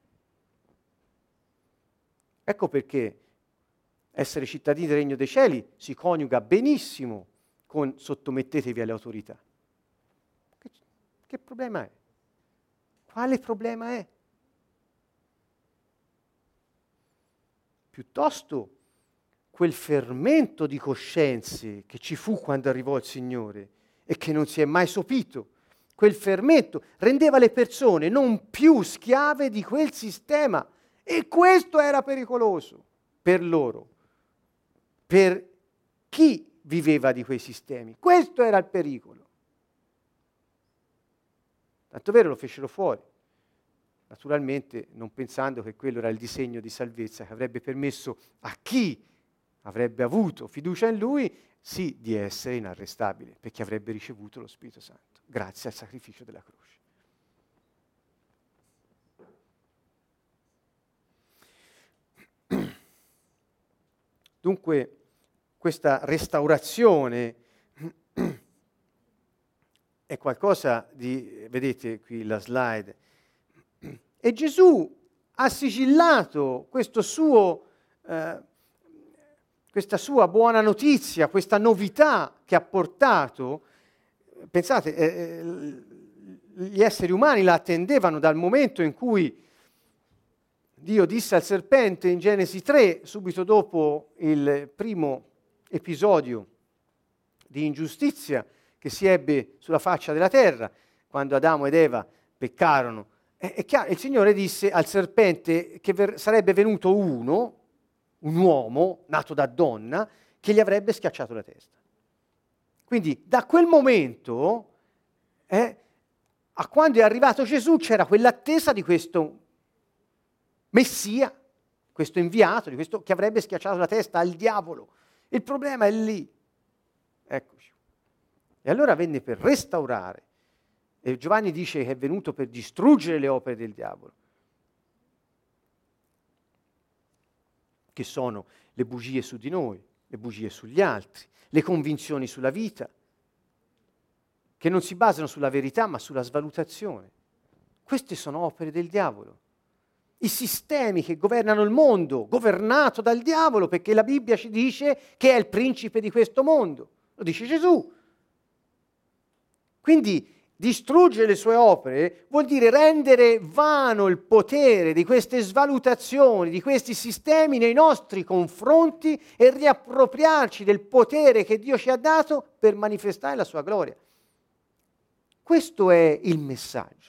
Ecco perché essere cittadini del Regno dei Cieli si coniuga benissimo con sottomettetevi alle autorità. Che problema è? Quale problema è? Piuttosto quel fermento di coscienze che ci fu quando arrivò il Signore e che non si è mai sopito, quel fermento rendeva le persone non più schiave di quel sistema e questo era pericoloso per loro, per chi viveva di quei sistemi. Questo era il pericolo. Tanto vero lo fecero fuori. Naturalmente non pensando che quello era il disegno di salvezza che avrebbe permesso a chi avrebbe avuto fiducia in lui, sì, di essere inarrestabile, perché avrebbe ricevuto lo Spirito Santo, grazie al sacrificio della croce. Dunque, questa restaurazione è qualcosa di, vedete qui la slide, e Gesù ha sigillato questa sua buona notizia, questa novità che ha portato. Pensate, gli esseri umani la attendevano dal momento in cui Dio disse al serpente in Genesi 3, subito dopo il primo episodio di ingiustizia che si ebbe sulla faccia della terra, quando Adamo ed Eva peccarono. È chiaro, il Signore disse al serpente che sarebbe venuto un uomo nato da donna, che gli avrebbe schiacciato la testa. Quindi da quel momento a quando è arrivato Gesù c'era quell'attesa di questo Messia, questo inviato, di questo che avrebbe schiacciato la testa al diavolo. Il problema è lì. Eccoci. E allora venne per restaurare. E Giovanni dice che è venuto per distruggere le opere del diavolo, che sono le bugie su di noi, le bugie sugli altri, le convinzioni sulla vita, che non si basano sulla verità ma sulla svalutazione. Queste sono opere del diavolo. I sistemi che governano il mondo, governato dal diavolo, perché la Bibbia ci dice che è il principe di questo mondo. Lo dice Gesù. Quindi distruggere le sue opere vuol dire rendere vano il potere di queste svalutazioni, di questi sistemi nei nostri confronti e riappropriarci del potere che Dio ci ha dato per manifestare la sua gloria. Questo è il messaggio.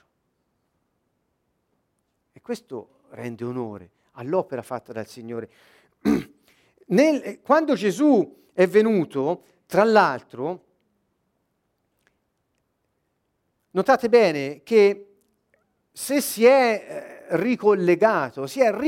E questo rende onore all'opera fatta dal Signore. Quando Gesù è venuto, tra l'altro, notate bene che se si è ricollegato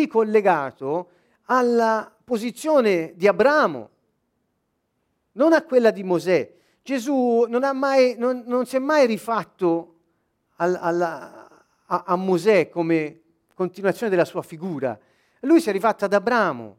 alla posizione di Abramo, non a quella di Mosè. Gesù non si è mai rifatto a Mosè come continuazione della sua figura, Lui si è rifatto ad Abramo,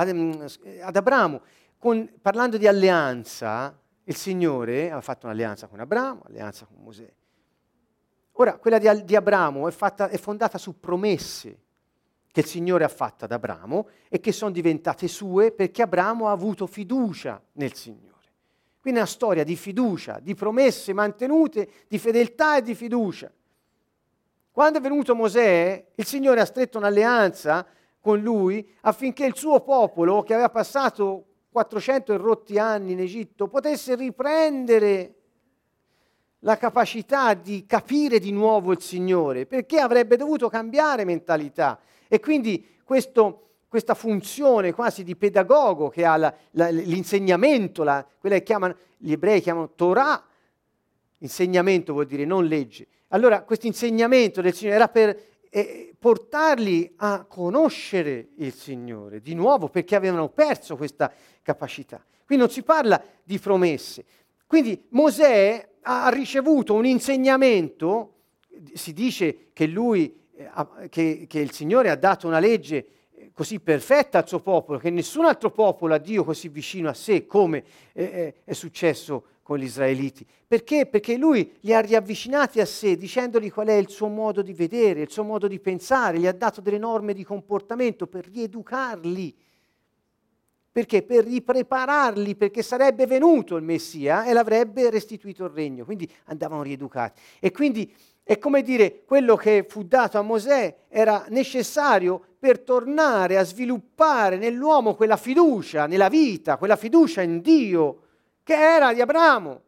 parlando di alleanza. Il Signore aveva fatto un'alleanza con Abramo, un'alleanza con Mosè. Ora, quella di Abramo è fondata su promesse che il Signore ha fatto ad Abramo e che sono diventate sue perché Abramo ha avuto fiducia nel Signore. Quindi è una storia di fiducia, di promesse mantenute, di fedeltà e di fiducia. Quando è venuto Mosè, il Signore ha stretto un'alleanza con lui affinché il suo popolo, che aveva passato 400 e rotti anni in Egitto, potesse riprendere la capacità di capire di nuovo il Signore, perché avrebbe dovuto cambiare mentalità. E quindi questa funzione quasi di pedagogo che ha l'insegnamento, quella che gli ebrei chiamano Torah, insegnamento vuol dire non legge. Allora questo insegnamento del Signore era per portarli a conoscere il Signore di nuovo, perché avevano perso questa capacità. Qui non si parla di promesse. Quindi Mosè ha ricevuto un insegnamento, si dice che che il Signore ha dato una legge così perfetta al suo popolo, che nessun altro popolo ha Dio così vicino a sé come è successo con gli israeliti. Perché? Perché lui li ha riavvicinati a sé dicendogli qual è il suo modo di vedere, il suo modo di pensare, gli ha dato delle norme di comportamento per rieducarli. Perché? Per riprepararli, perché sarebbe venuto il Messia e l'avrebbe restituito il regno. Quindi andavano rieducati. E quindi è come dire, quello che fu dato a Mosè era necessario per tornare a sviluppare nell'uomo quella fiducia nella vita, quella fiducia in Dio, che era di Abramo.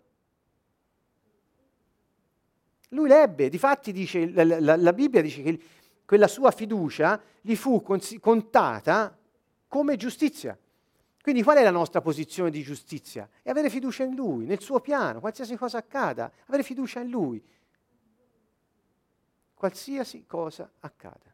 Lui l'ebbe, difatti dice, la Bibbia dice che quella sua fiducia gli fu contata come giustizia. Quindi qual è la nostra posizione di giustizia? È avere fiducia in Lui, nel suo piano, qualsiasi cosa accada, avere fiducia in Lui. Qualsiasi cosa accada.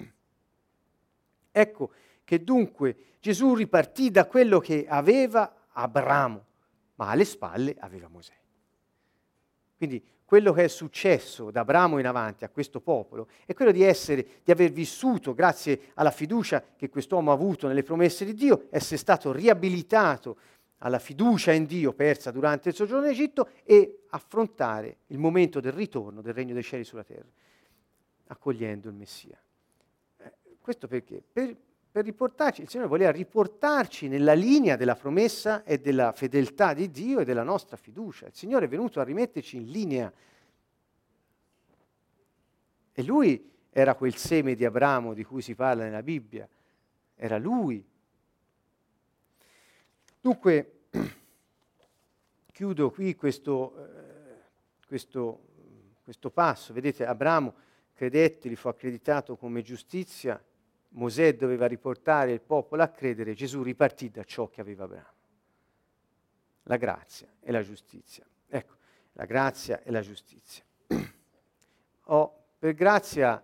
Ecco che dunque Gesù ripartì da quello che aveva Abramo, ma alle spalle aveva Mosè. Quindi quello che è successo da Abramo in avanti a questo popolo è quello di aver vissuto, grazie alla fiducia che quest'uomo ha avuto nelle promesse di Dio, essere stato riabilitato alla fiducia in Dio persa durante il soggiorno in Egitto e affrontare il momento del ritorno del regno dei cieli sulla terra, accogliendo il Messia. Questo perché? Per riportarci, il Signore voleva riportarci nella linea della promessa e della fedeltà di Dio e della nostra fiducia. Il Signore è venuto a rimetterci in linea. E Lui era quel seme di Abramo di cui si parla nella Bibbia. Era Lui. Dunque, chiudo qui questo passo. Vedete, Abramo credette, gli fu accreditato come giustizia. Mosè doveva riportare il popolo a credere, Gesù ripartì da ciò che aveva Abramo. La grazia e la giustizia. Ecco, la grazia e la giustizia. Per grazia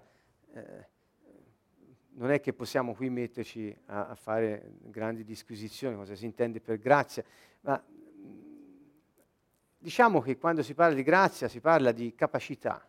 non è che possiamo qui metterci a fare grandi disquisizioni, cosa si intende per grazia, ma diciamo che quando si parla di grazia si parla di capacità,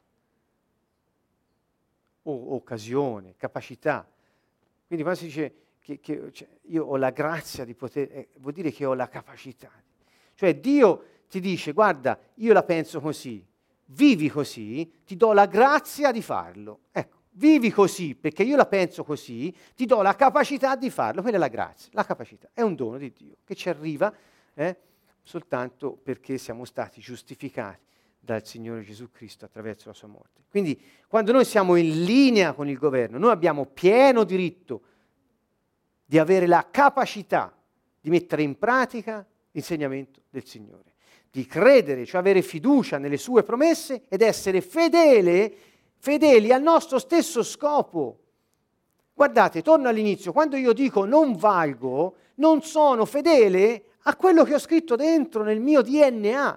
o occasione, capacità. Quindi quando si dice che io ho la grazia di poter, vuol dire che ho la capacità. Cioè Dio ti dice, guarda, io la penso così, vivi così, ti do la grazia di farlo. Ecco, vivi così perché io la penso così, ti do la capacità di farlo. Quella è la grazia, la capacità. È un dono di Dio che ci arriva soltanto perché siamo stati giustificati dal Signore Gesù Cristo attraverso la sua morte. Quindi quando noi siamo in linea con il governo, noi abbiamo pieno diritto di avere la capacità di mettere in pratica l'insegnamento del Signore, di credere, cioè avere fiducia nelle sue promesse ed essere fedeli al nostro stesso scopo. Guardate, torno all'inizio, quando io dico non valgo, non sono fedele a quello che ho scritto dentro nel mio DNA.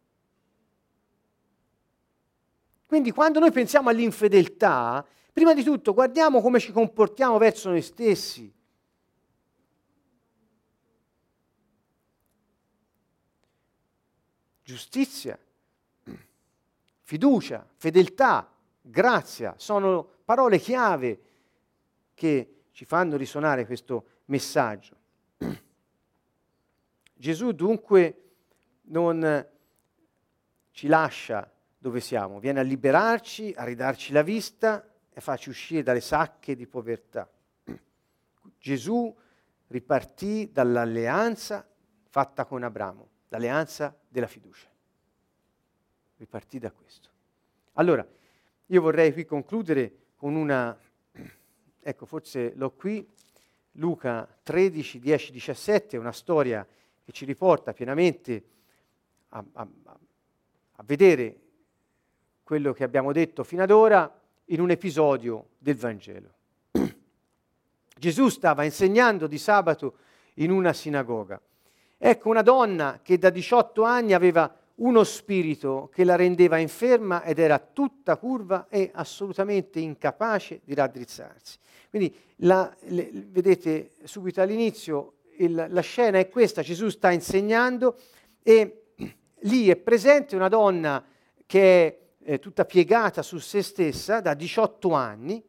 Quindi quando noi pensiamo all'infedeltà, prima di tutto guardiamo come ci comportiamo verso noi stessi. Giustizia, fiducia, fedeltà, grazia sono parole chiave che ci fanno risuonare questo messaggio. Gesù dunque non ci lascia dove siamo, viene a liberarci, a ridarci la vista e a farci uscire dalle sacche di povertà. Gesù ripartì dall'alleanza fatta con Abramo, l'alleanza della fiducia. Ripartì da questo. Allora, io vorrei qui concludere con una, ecco, forse l'ho qui, Luca 13, 10, 17, è una storia che ci riporta pienamente a vedere quello che abbiamo detto fino ad ora in un episodio del Vangelo. Gesù stava insegnando di sabato in una sinagoga. Ecco una donna che da 18 anni aveva uno spirito che la rendeva inferma ed era tutta curva e assolutamente incapace di raddrizzarsi. Quindi vedete subito all'inizio la scena è questa, Gesù sta insegnando e lì è presente una donna che è tutta piegata su se stessa da 18 anni,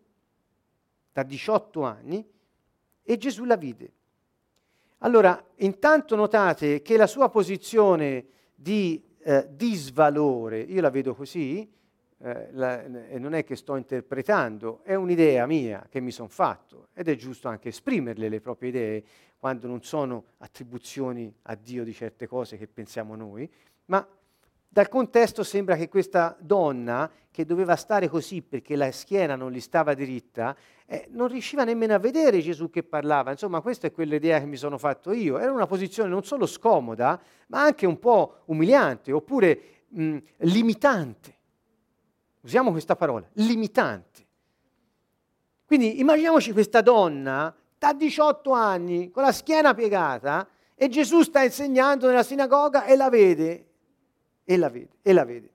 e Gesù la vide. Allora, intanto notate che la sua posizione di disvalore, io la vedo così, e non è che sto interpretando, è un'idea mia che mi sono fatto, ed è giusto anche esprimerle le proprie idee quando non sono attribuzioni a Dio di certe cose che pensiamo noi, ma dal contesto sembra che questa donna, che doveva stare così perché la schiena non gli stava diritta, non riusciva nemmeno a vedere Gesù che parlava. Insomma, questa è quell'idea che mi sono fatto io. Era una posizione non solo scomoda, ma anche un po' umiliante, oppure limitante. Usiamo questa parola, limitante. Quindi immaginiamoci questa donna da 18 anni, con la schiena piegata, e Gesù sta insegnando nella sinagoga e la vede. E la vede.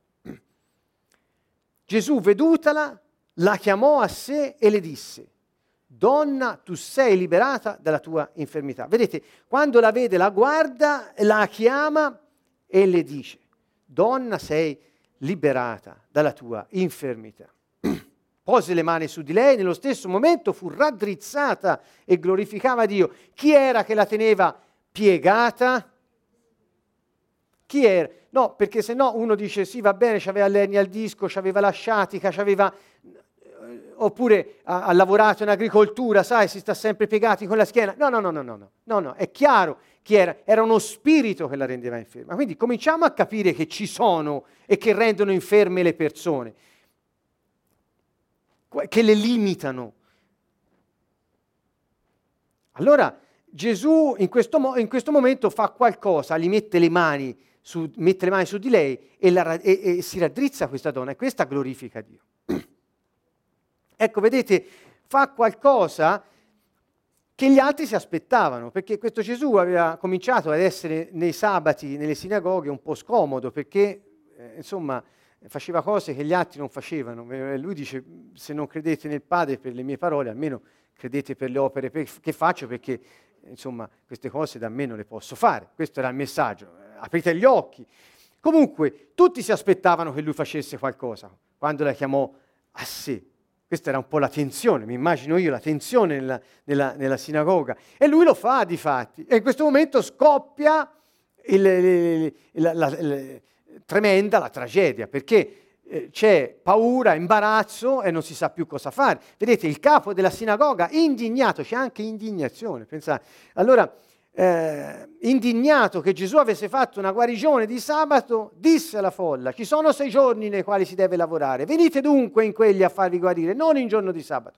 Gesù, vedutala, la chiamò a sé e le disse: donna, tu sei liberata dalla tua infermità. Vedete, quando la vede, la guarda, la chiama e le dice: donna, sei liberata dalla tua infermità. Pose le mani su di lei, nello stesso momento fu raddrizzata e glorificava Dio. Chi era che la teneva piegata? Chi era? No, perché se no uno dice sì, va bene, c'aveva l'ernia al disco, c'aveva la sciatica, oppure ha lavorato in agricoltura, sai, si sta sempre piegati con la schiena. No, è chiaro chi era. Era uno spirito che la rendeva inferma. Quindi cominciamo a capire che ci sono e che rendono inferme le persone, che le limitano. Allora Gesù in questo momento fa qualcosa, gli mette le mani su di lei e si raddrizza questa donna, e questa glorifica Dio. Ecco, vedete, fa qualcosa che gli altri si aspettavano, perché questo Gesù aveva cominciato ad essere nei sabati, nelle sinagoghe, un po' scomodo, perché insomma faceva cose che gli altri non facevano. Lui dice: se non credete nel Padre per le mie parole, almeno credete per le opere che faccio, perché insomma queste cose da me non le posso fare. Questo era il messaggio: aprite gli occhi. Comunque tutti si aspettavano che lui facesse qualcosa quando la chiamò a sé. Questa era un po' la tensione, mi immagino io la tensione nella sinagoga, e lui lo fa difatti, e in questo momento scoppia tremenda la tragedia, perché c'è paura, imbarazzo e non si sa più cosa fare. Vedete, il capo della sinagoga, indignato, c'è anche indignazione, pensate. Allora, indignato che Gesù avesse fatto una guarigione di sabato, disse alla folla: ci sono 6 giorni nei quali si deve lavorare, venite dunque in quelli a farvi guarire, non in giorno di sabato.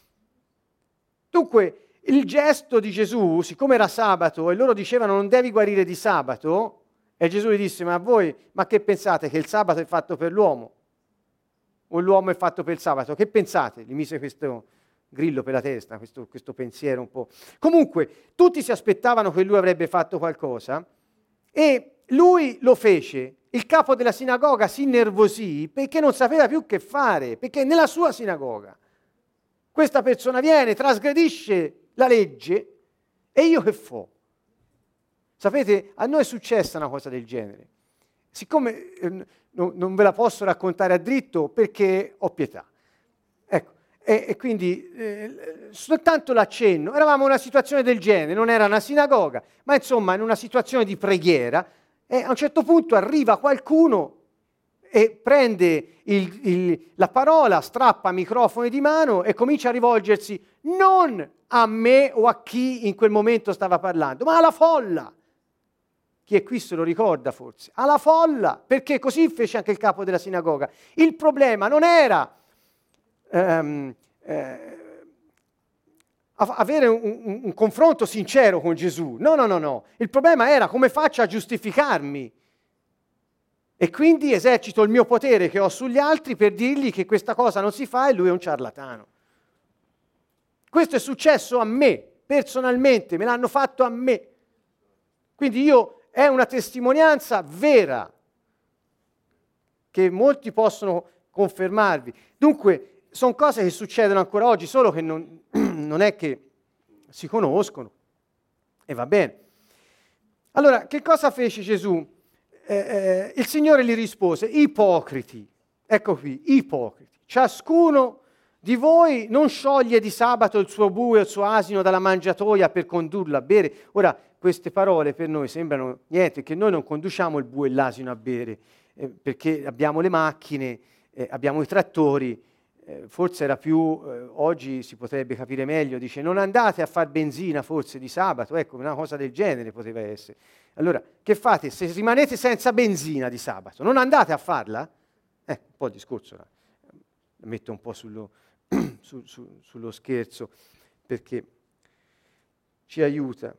Dunque il gesto di Gesù, siccome era sabato e loro dicevano non devi guarire di sabato, e Gesù gli disse: ma voi, ma che pensate, che il sabato è fatto per l'uomo o l'uomo è fatto per il sabato? Che pensate? Gli mise questo grillo per la testa, questo pensiero un po'. Comunque, tutti si aspettavano che lui avrebbe fatto qualcosa e lui lo fece. Il capo della sinagoga si innervosì perché non sapeva più che fare, perché nella sua sinagoga questa persona viene, trasgredisce la legge, e io che fo? Sapete, a noi è successa una cosa del genere. Siccome non ve la posso raccontare a dritto perché ho pietà. Ecco. E quindi soltanto l'accenno, eravamo in una situazione del genere, non era una sinagoga, ma insomma in una situazione di preghiera, e a un certo punto arriva qualcuno e prende la parola, strappa microfoni di mano e comincia a rivolgersi non a me o a chi in quel momento stava parlando, ma alla folla. Chi è qui se lo ricorda forse? Alla folla, perché così fece anche il capo della sinagoga. Il problema non era avere un confronto sincero con Gesù. No. Il problema era come faccio a giustificarmi. E quindi esercito il mio potere che ho sugli altri per dirgli che questa cosa non si fa e lui è un ciarlatano. Questo è successo a me, personalmente, me l'hanno fatto a me. Quindi è una testimonianza vera che molti possono confermarvi. Dunque, sono cose che succedono ancora oggi, solo che non è che si conoscono. E va bene. Allora, che cosa fece Gesù? Il Signore gli rispose, ipocriti, ecco qui, ipocriti, ciascuno di voi non scioglie di sabato il suo bue o il suo asino dalla mangiatoia per condurlo a bere. Ora, queste parole per noi sembrano niente, che noi non conduciamo il bue e l'asino a bere, perché abbiamo le macchine, abbiamo i trattori, forse era più, oggi si potrebbe capire meglio, dice non andate a far benzina forse di sabato, ecco, una cosa del genere poteva essere. Allora, che fate? Se rimanete senza benzina di sabato, non andate a farla? Un po' il discorso la metto un po' sullo scherzo, perché ci aiuta.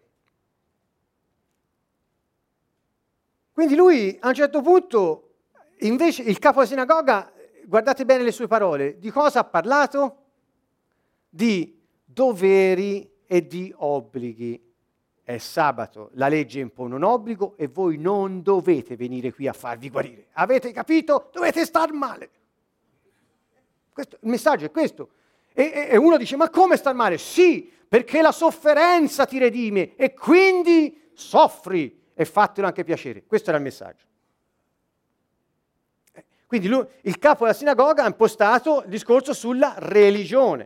Quindi lui, a un certo punto, invece, il capo della sinagoga, guardate bene le sue parole, di cosa ha parlato? Di doveri e di obblighi. È sabato, la legge impone un obbligo e voi non dovete venire qui a farvi guarire. Avete capito? Dovete star male. Il messaggio è questo. E uno dice, ma come star male? Sì, perché la sofferenza ti redime e quindi soffri e fattelo anche piacere. Questo era il messaggio. Quindi il capo della sinagoga ha impostato il discorso sulla religione.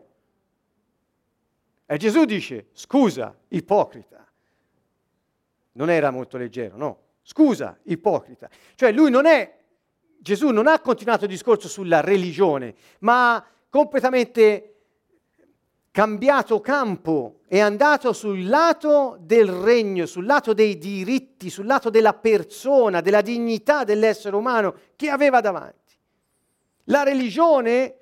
E Gesù dice, scusa, ipocrita. Non era molto leggero, no. Scusa, ipocrita. Cioè Gesù non ha continuato il discorso sulla religione, ma ha completamente cambiato campo, è andato sul lato del regno, sul lato dei diritti, sul lato della persona, della dignità dell'essere umano che aveva davanti. La religione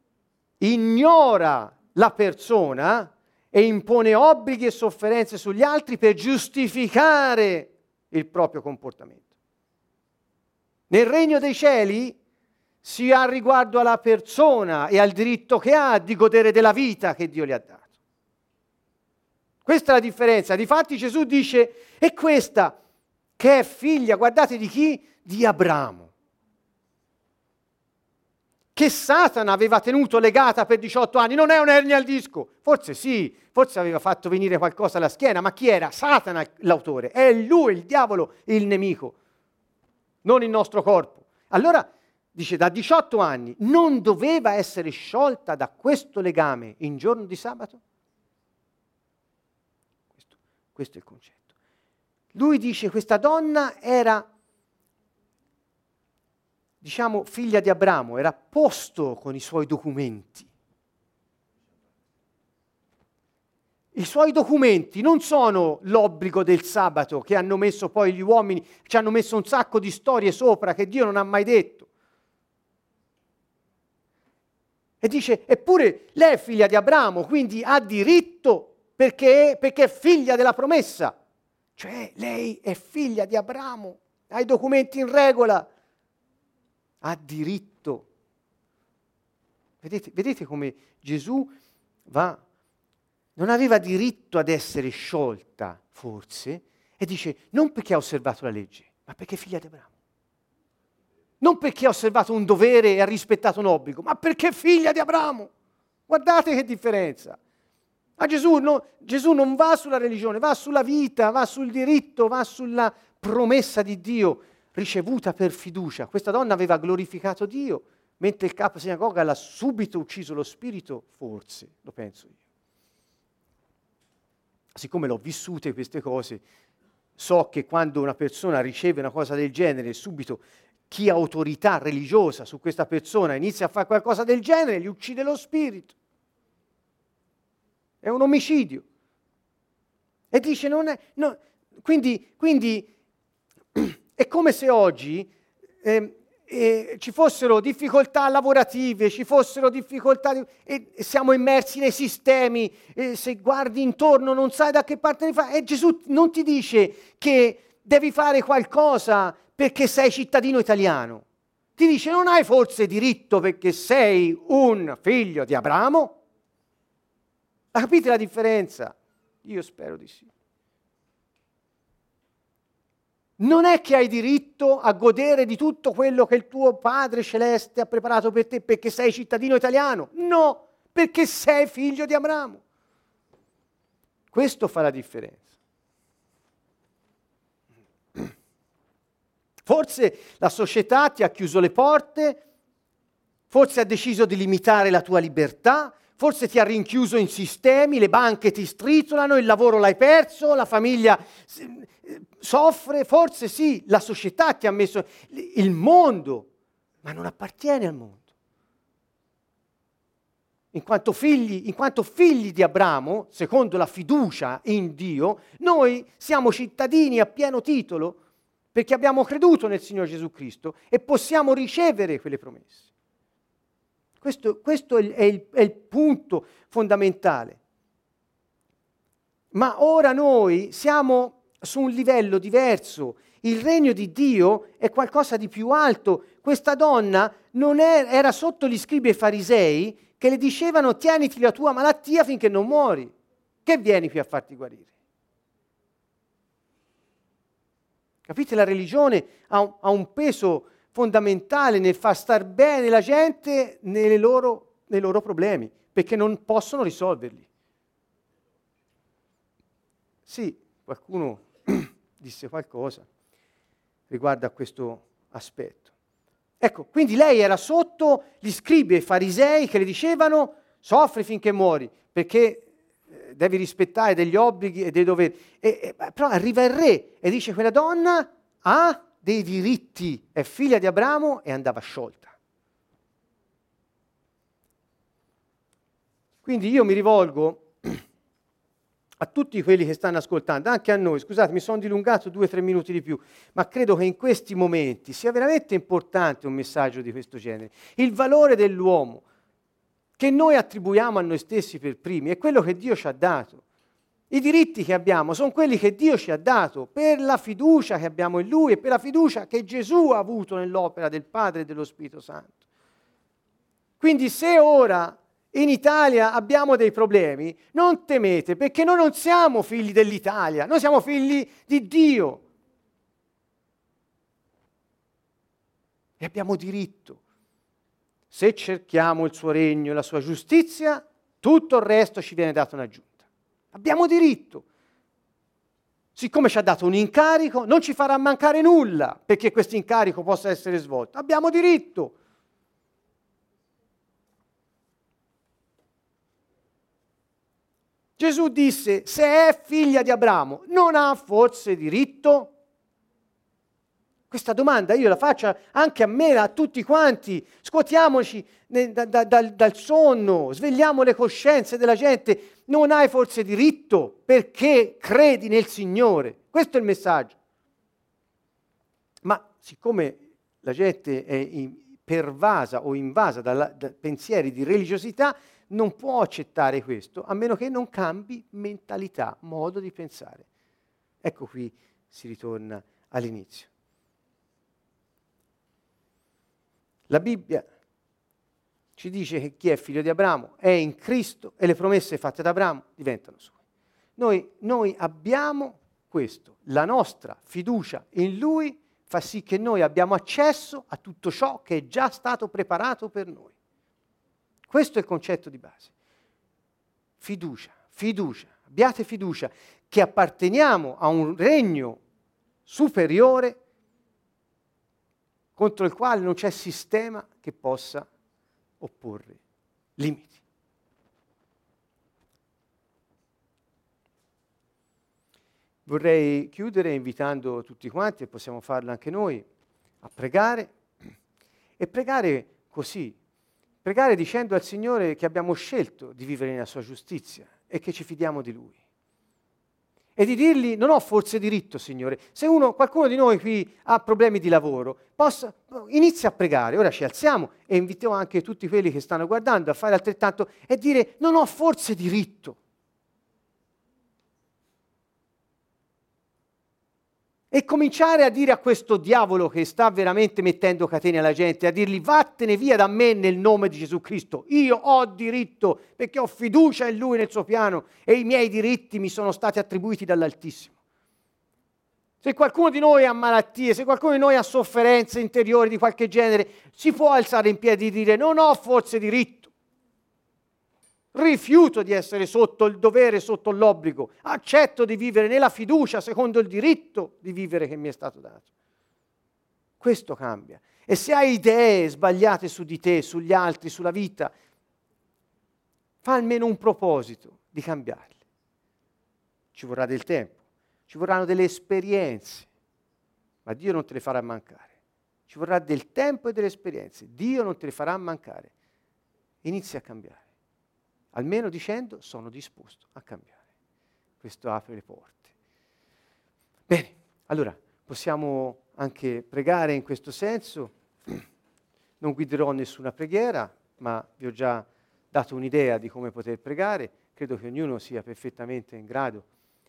ignora la persona e impone obblighi e sofferenze sugli altri per giustificare il proprio comportamento. Nel regno dei cieli si ha riguardo alla persona e al diritto che ha di godere della vita che Dio gli ha dato. Questa è la differenza. Difatti Gesù dice, è questa che è figlia, guardate di chi? Di Abramo. Che Satana aveva tenuto legata per 18 anni, non è un'ernia al disco, forse sì, forse aveva fatto venire qualcosa alla schiena, ma chi era? Satana l'autore, è lui, il diavolo, il nemico, non il nostro corpo. Allora, dice, da 18 anni non doveva essere sciolta da questo legame in giorno di sabato? Questo è il concetto. Lui dice, questa donna era, diciamo, figlia di Abramo, era a posto con i suoi documenti. I suoi documenti non sono l'obbligo del sabato che hanno messo poi gli uomini, ci hanno messo un sacco di storie sopra che Dio non ha mai detto. E dice, eppure lei è figlia di Abramo, quindi ha diritto perché è figlia della promessa. Cioè, lei è figlia di Abramo, ha i documenti in regola. Ha diritto. Vedete come Gesù non aveva diritto ad essere sciolta, forse, e dice, non perché ha osservato la legge, ma perché è figlia di Abramo. Non perché ha osservato un dovere e ha rispettato un obbligo, ma perché è figlia di Abramo. Guardate che differenza. Ma Gesù non va sulla religione, va sulla vita, va sul diritto, va sulla promessa di Dio ricevuta per fiducia. Questa donna aveva glorificato Dio mentre il capo sinagoga l'ha subito ucciso lo spirito? Forse, lo penso io. Siccome l'ho vissute queste cose, so che quando una persona riceve una cosa del genere, subito chi ha autorità religiosa su questa persona inizia a fare qualcosa del genere, gli uccide lo spirito. È un omicidio. E dice, non è... No, quindi è come se oggi ci fossero difficoltà lavorative, ci fossero difficoltà e siamo immersi nei sistemi, se guardi intorno non sai da che parte ne fare. E Gesù non ti dice che devi fare qualcosa perché sei cittadino italiano. Ti dice non hai forse diritto perché sei un figlio di Abramo? Capite la differenza? Io spero di sì. Non è che hai diritto a godere di tutto quello che il tuo Padre Celeste ha preparato per te perché sei cittadino italiano. No, perché sei figlio di Abramo. Questo fa la differenza. Forse la società ti ha chiuso le porte, forse ha deciso di limitare la tua libertà, forse ti ha rinchiuso in sistemi, le banche ti stritolano, il lavoro l'hai perso, la famiglia soffre, forse sì, la società ti ha messo il mondo, ma non appartiene al mondo. In quanto figli di Abramo, secondo la fiducia in Dio, noi siamo cittadini a pieno titolo perché abbiamo creduto nel Signore Gesù Cristo e possiamo ricevere quelle promesse. Questo è il punto fondamentale. Ma ora noi siamo su un livello diverso. Il regno di Dio è qualcosa di più alto. Questa donna era sotto gli scribi e farisei che le dicevano tieniti la tua malattia finché non muori. Che vieni qui a farti guarire? Capite? La religione ha un peso fondamentale nel far star bene la gente nei loro problemi, perché non possono risolverli. Sì, qualcuno disse qualcosa riguardo a questo aspetto. Ecco, quindi lei era sotto gli scribi e i farisei che le dicevano soffri finché muori, perché devi rispettare degli obblighi e dei doveri. Però arriva il re e dice quella donna ha dei diritti, è figlia di Abramo e andava sciolta. Quindi io mi rivolgo a tutti quelli che stanno ascoltando, anche a noi, scusate mi sono dilungato 2 o 3 minuti di più, ma credo che in questi momenti sia veramente importante un messaggio di questo genere. Il valore dell'uomo che noi attribuiamo a noi stessi per primi è quello che Dio ci ha dato. I diritti che abbiamo sono quelli che Dio ci ha dato per la fiducia che abbiamo in Lui e per la fiducia che Gesù ha avuto nell'opera del Padre e dello Spirito Santo. Quindi se ora in Italia abbiamo dei problemi, non temete, perché noi non siamo figli dell'Italia, noi siamo figli di Dio. E abbiamo diritto. Se cerchiamo il suo regno e la sua giustizia, tutto il resto ci viene dato in aggiunta. Abbiamo diritto. Siccome ci ha dato un incarico, non ci farà mancare nulla perché questo incarico possa essere svolto. Abbiamo diritto. Gesù disse, se è figlia di Abramo, non ha forse diritto? Questa domanda io la faccio anche a me, a tutti quanti. Scuotiamoci dal sonno, svegliamo le coscienze della gente. Non hai forse diritto perché credi nel Signore. Questo è il messaggio. Ma siccome la gente è pervasa o invasa da pensieri di religiosità, non può accettare questo, a meno che non cambi mentalità, modo di pensare. Ecco qui si ritorna all'inizio. La Bibbia ci dice che chi è figlio di Abramo è in Cristo e le promesse fatte ad Abramo diventano sue. Noi abbiamo questo, la nostra fiducia in Lui fa sì che noi abbiamo accesso a tutto ciò che è già stato preparato per noi. Questo è il concetto di base. Fiducia, abbiate fiducia che apparteniamo a un regno superiore contro il quale non c'è sistema che possa opporre limiti. Vorrei chiudere invitando tutti quanti, e possiamo farlo anche noi, a pregare, e pregare così, pregare dicendo al Signore che abbiamo scelto di vivere nella sua giustizia e che ci fidiamo di Lui. E di dirgli, non ho forse diritto, Signore. Se qualcuno di noi qui ha problemi di lavoro, inizia a pregare. Ora ci alziamo e invitiamo anche tutti quelli che stanno guardando a fare altrettanto e dire, non ho forse diritto. E cominciare a dire a questo diavolo che sta veramente mettendo catene alla gente, a dirgli vattene via da me nel nome di Gesù Cristo. Io ho diritto perché ho fiducia in Lui, nel suo piano, e i miei diritti mi sono stati attribuiti dall'Altissimo. Se qualcuno di noi ha malattie, se qualcuno di noi ha sofferenze interiori di qualche genere, si può alzare in piedi e dire non ho forse diritto. Rifiuto di essere sotto il dovere, sotto l'obbligo. Accetto di vivere nella fiducia secondo il diritto di vivere che mi è stato dato. Questo cambia. E se hai idee sbagliate su di te, sugli altri, sulla vita, fa almeno un proposito di cambiarle. Ci vorrà del tempo, ci vorranno delle esperienze, ma Dio non te le farà mancare. Ci vorrà del tempo e delle esperienze. Dio non te le farà mancare. Inizia a cambiare. Almeno dicendo sono disposto a cambiare. Questo apre le porte. Bene, allora possiamo anche pregare in questo senso. Non guiderò nessuna preghiera, ma vi ho già dato un'idea di come poter pregare. Credo che ognuno sia perfettamente in grado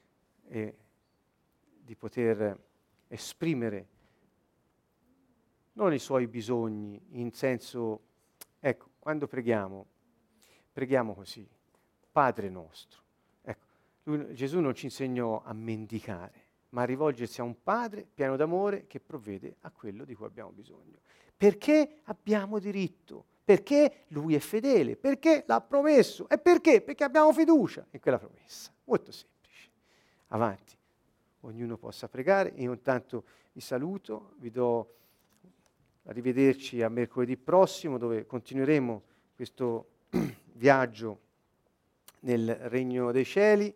di poter esprimere non i suoi bisogni in senso, ecco, quando preghiamo così, Padre nostro. Ecco, Gesù non ci insegnò a mendicare, ma a rivolgersi a un Padre pieno d'amore che provvede a quello di cui abbiamo bisogno. Perché abbiamo diritto, perché Lui è fedele, perché l'ha promesso. E perché? Perché abbiamo fiducia in quella promessa. Molto semplice. Avanti, ognuno possa pregare. Io intanto vi saluto, vi do arrivederci a mercoledì prossimo, dove continueremo questo viaggio nel regno dei cieli.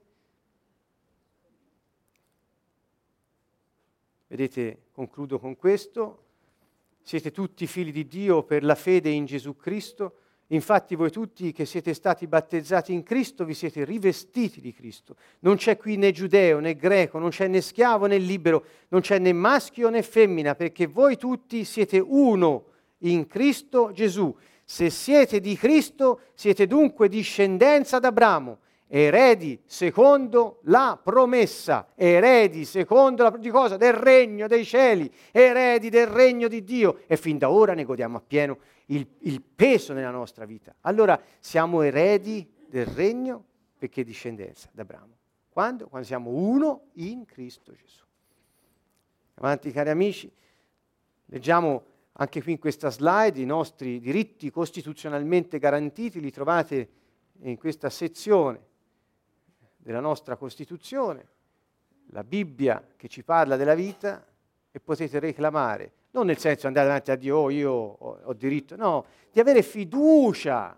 Vedete, concludo con questo. Siete tutti figli di Dio per la fede in Gesù Cristo. Infatti voi tutti che siete stati battezzati in Cristo vi siete rivestiti di Cristo. Non c'è qui né giudeo né greco, non c'è né schiavo né libero, non c'è né maschio né femmina, perché voi tutti siete uno in Cristo Gesù. Se siete di Cristo, siete dunque discendenza d'Abramo, eredi secondo la promessa, eredi secondo di cosa? Del regno dei cieli, eredi del regno di Dio, e fin da ora ne godiamo appieno il peso nella nostra vita. Allora siamo eredi del regno perché discendenza d'Abramo. Quando? Quando siamo uno in Cristo Gesù. Avanti cari amici, leggiamo anche qui in questa slide i nostri diritti costituzionalmente garantiti, li trovate in questa sezione della nostra Costituzione, la Bibbia che ci parla della vita, e potete reclamare, non nel senso andare davanti a Dio, io ho diritto, no, di avere fiducia,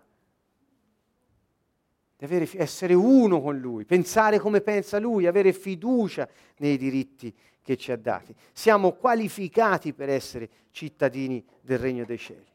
di essere uno con Lui, pensare come pensa Lui, avere fiducia nei diritti che ci ha dati. Siamo qualificati per essere cittadini del regno dei cieli.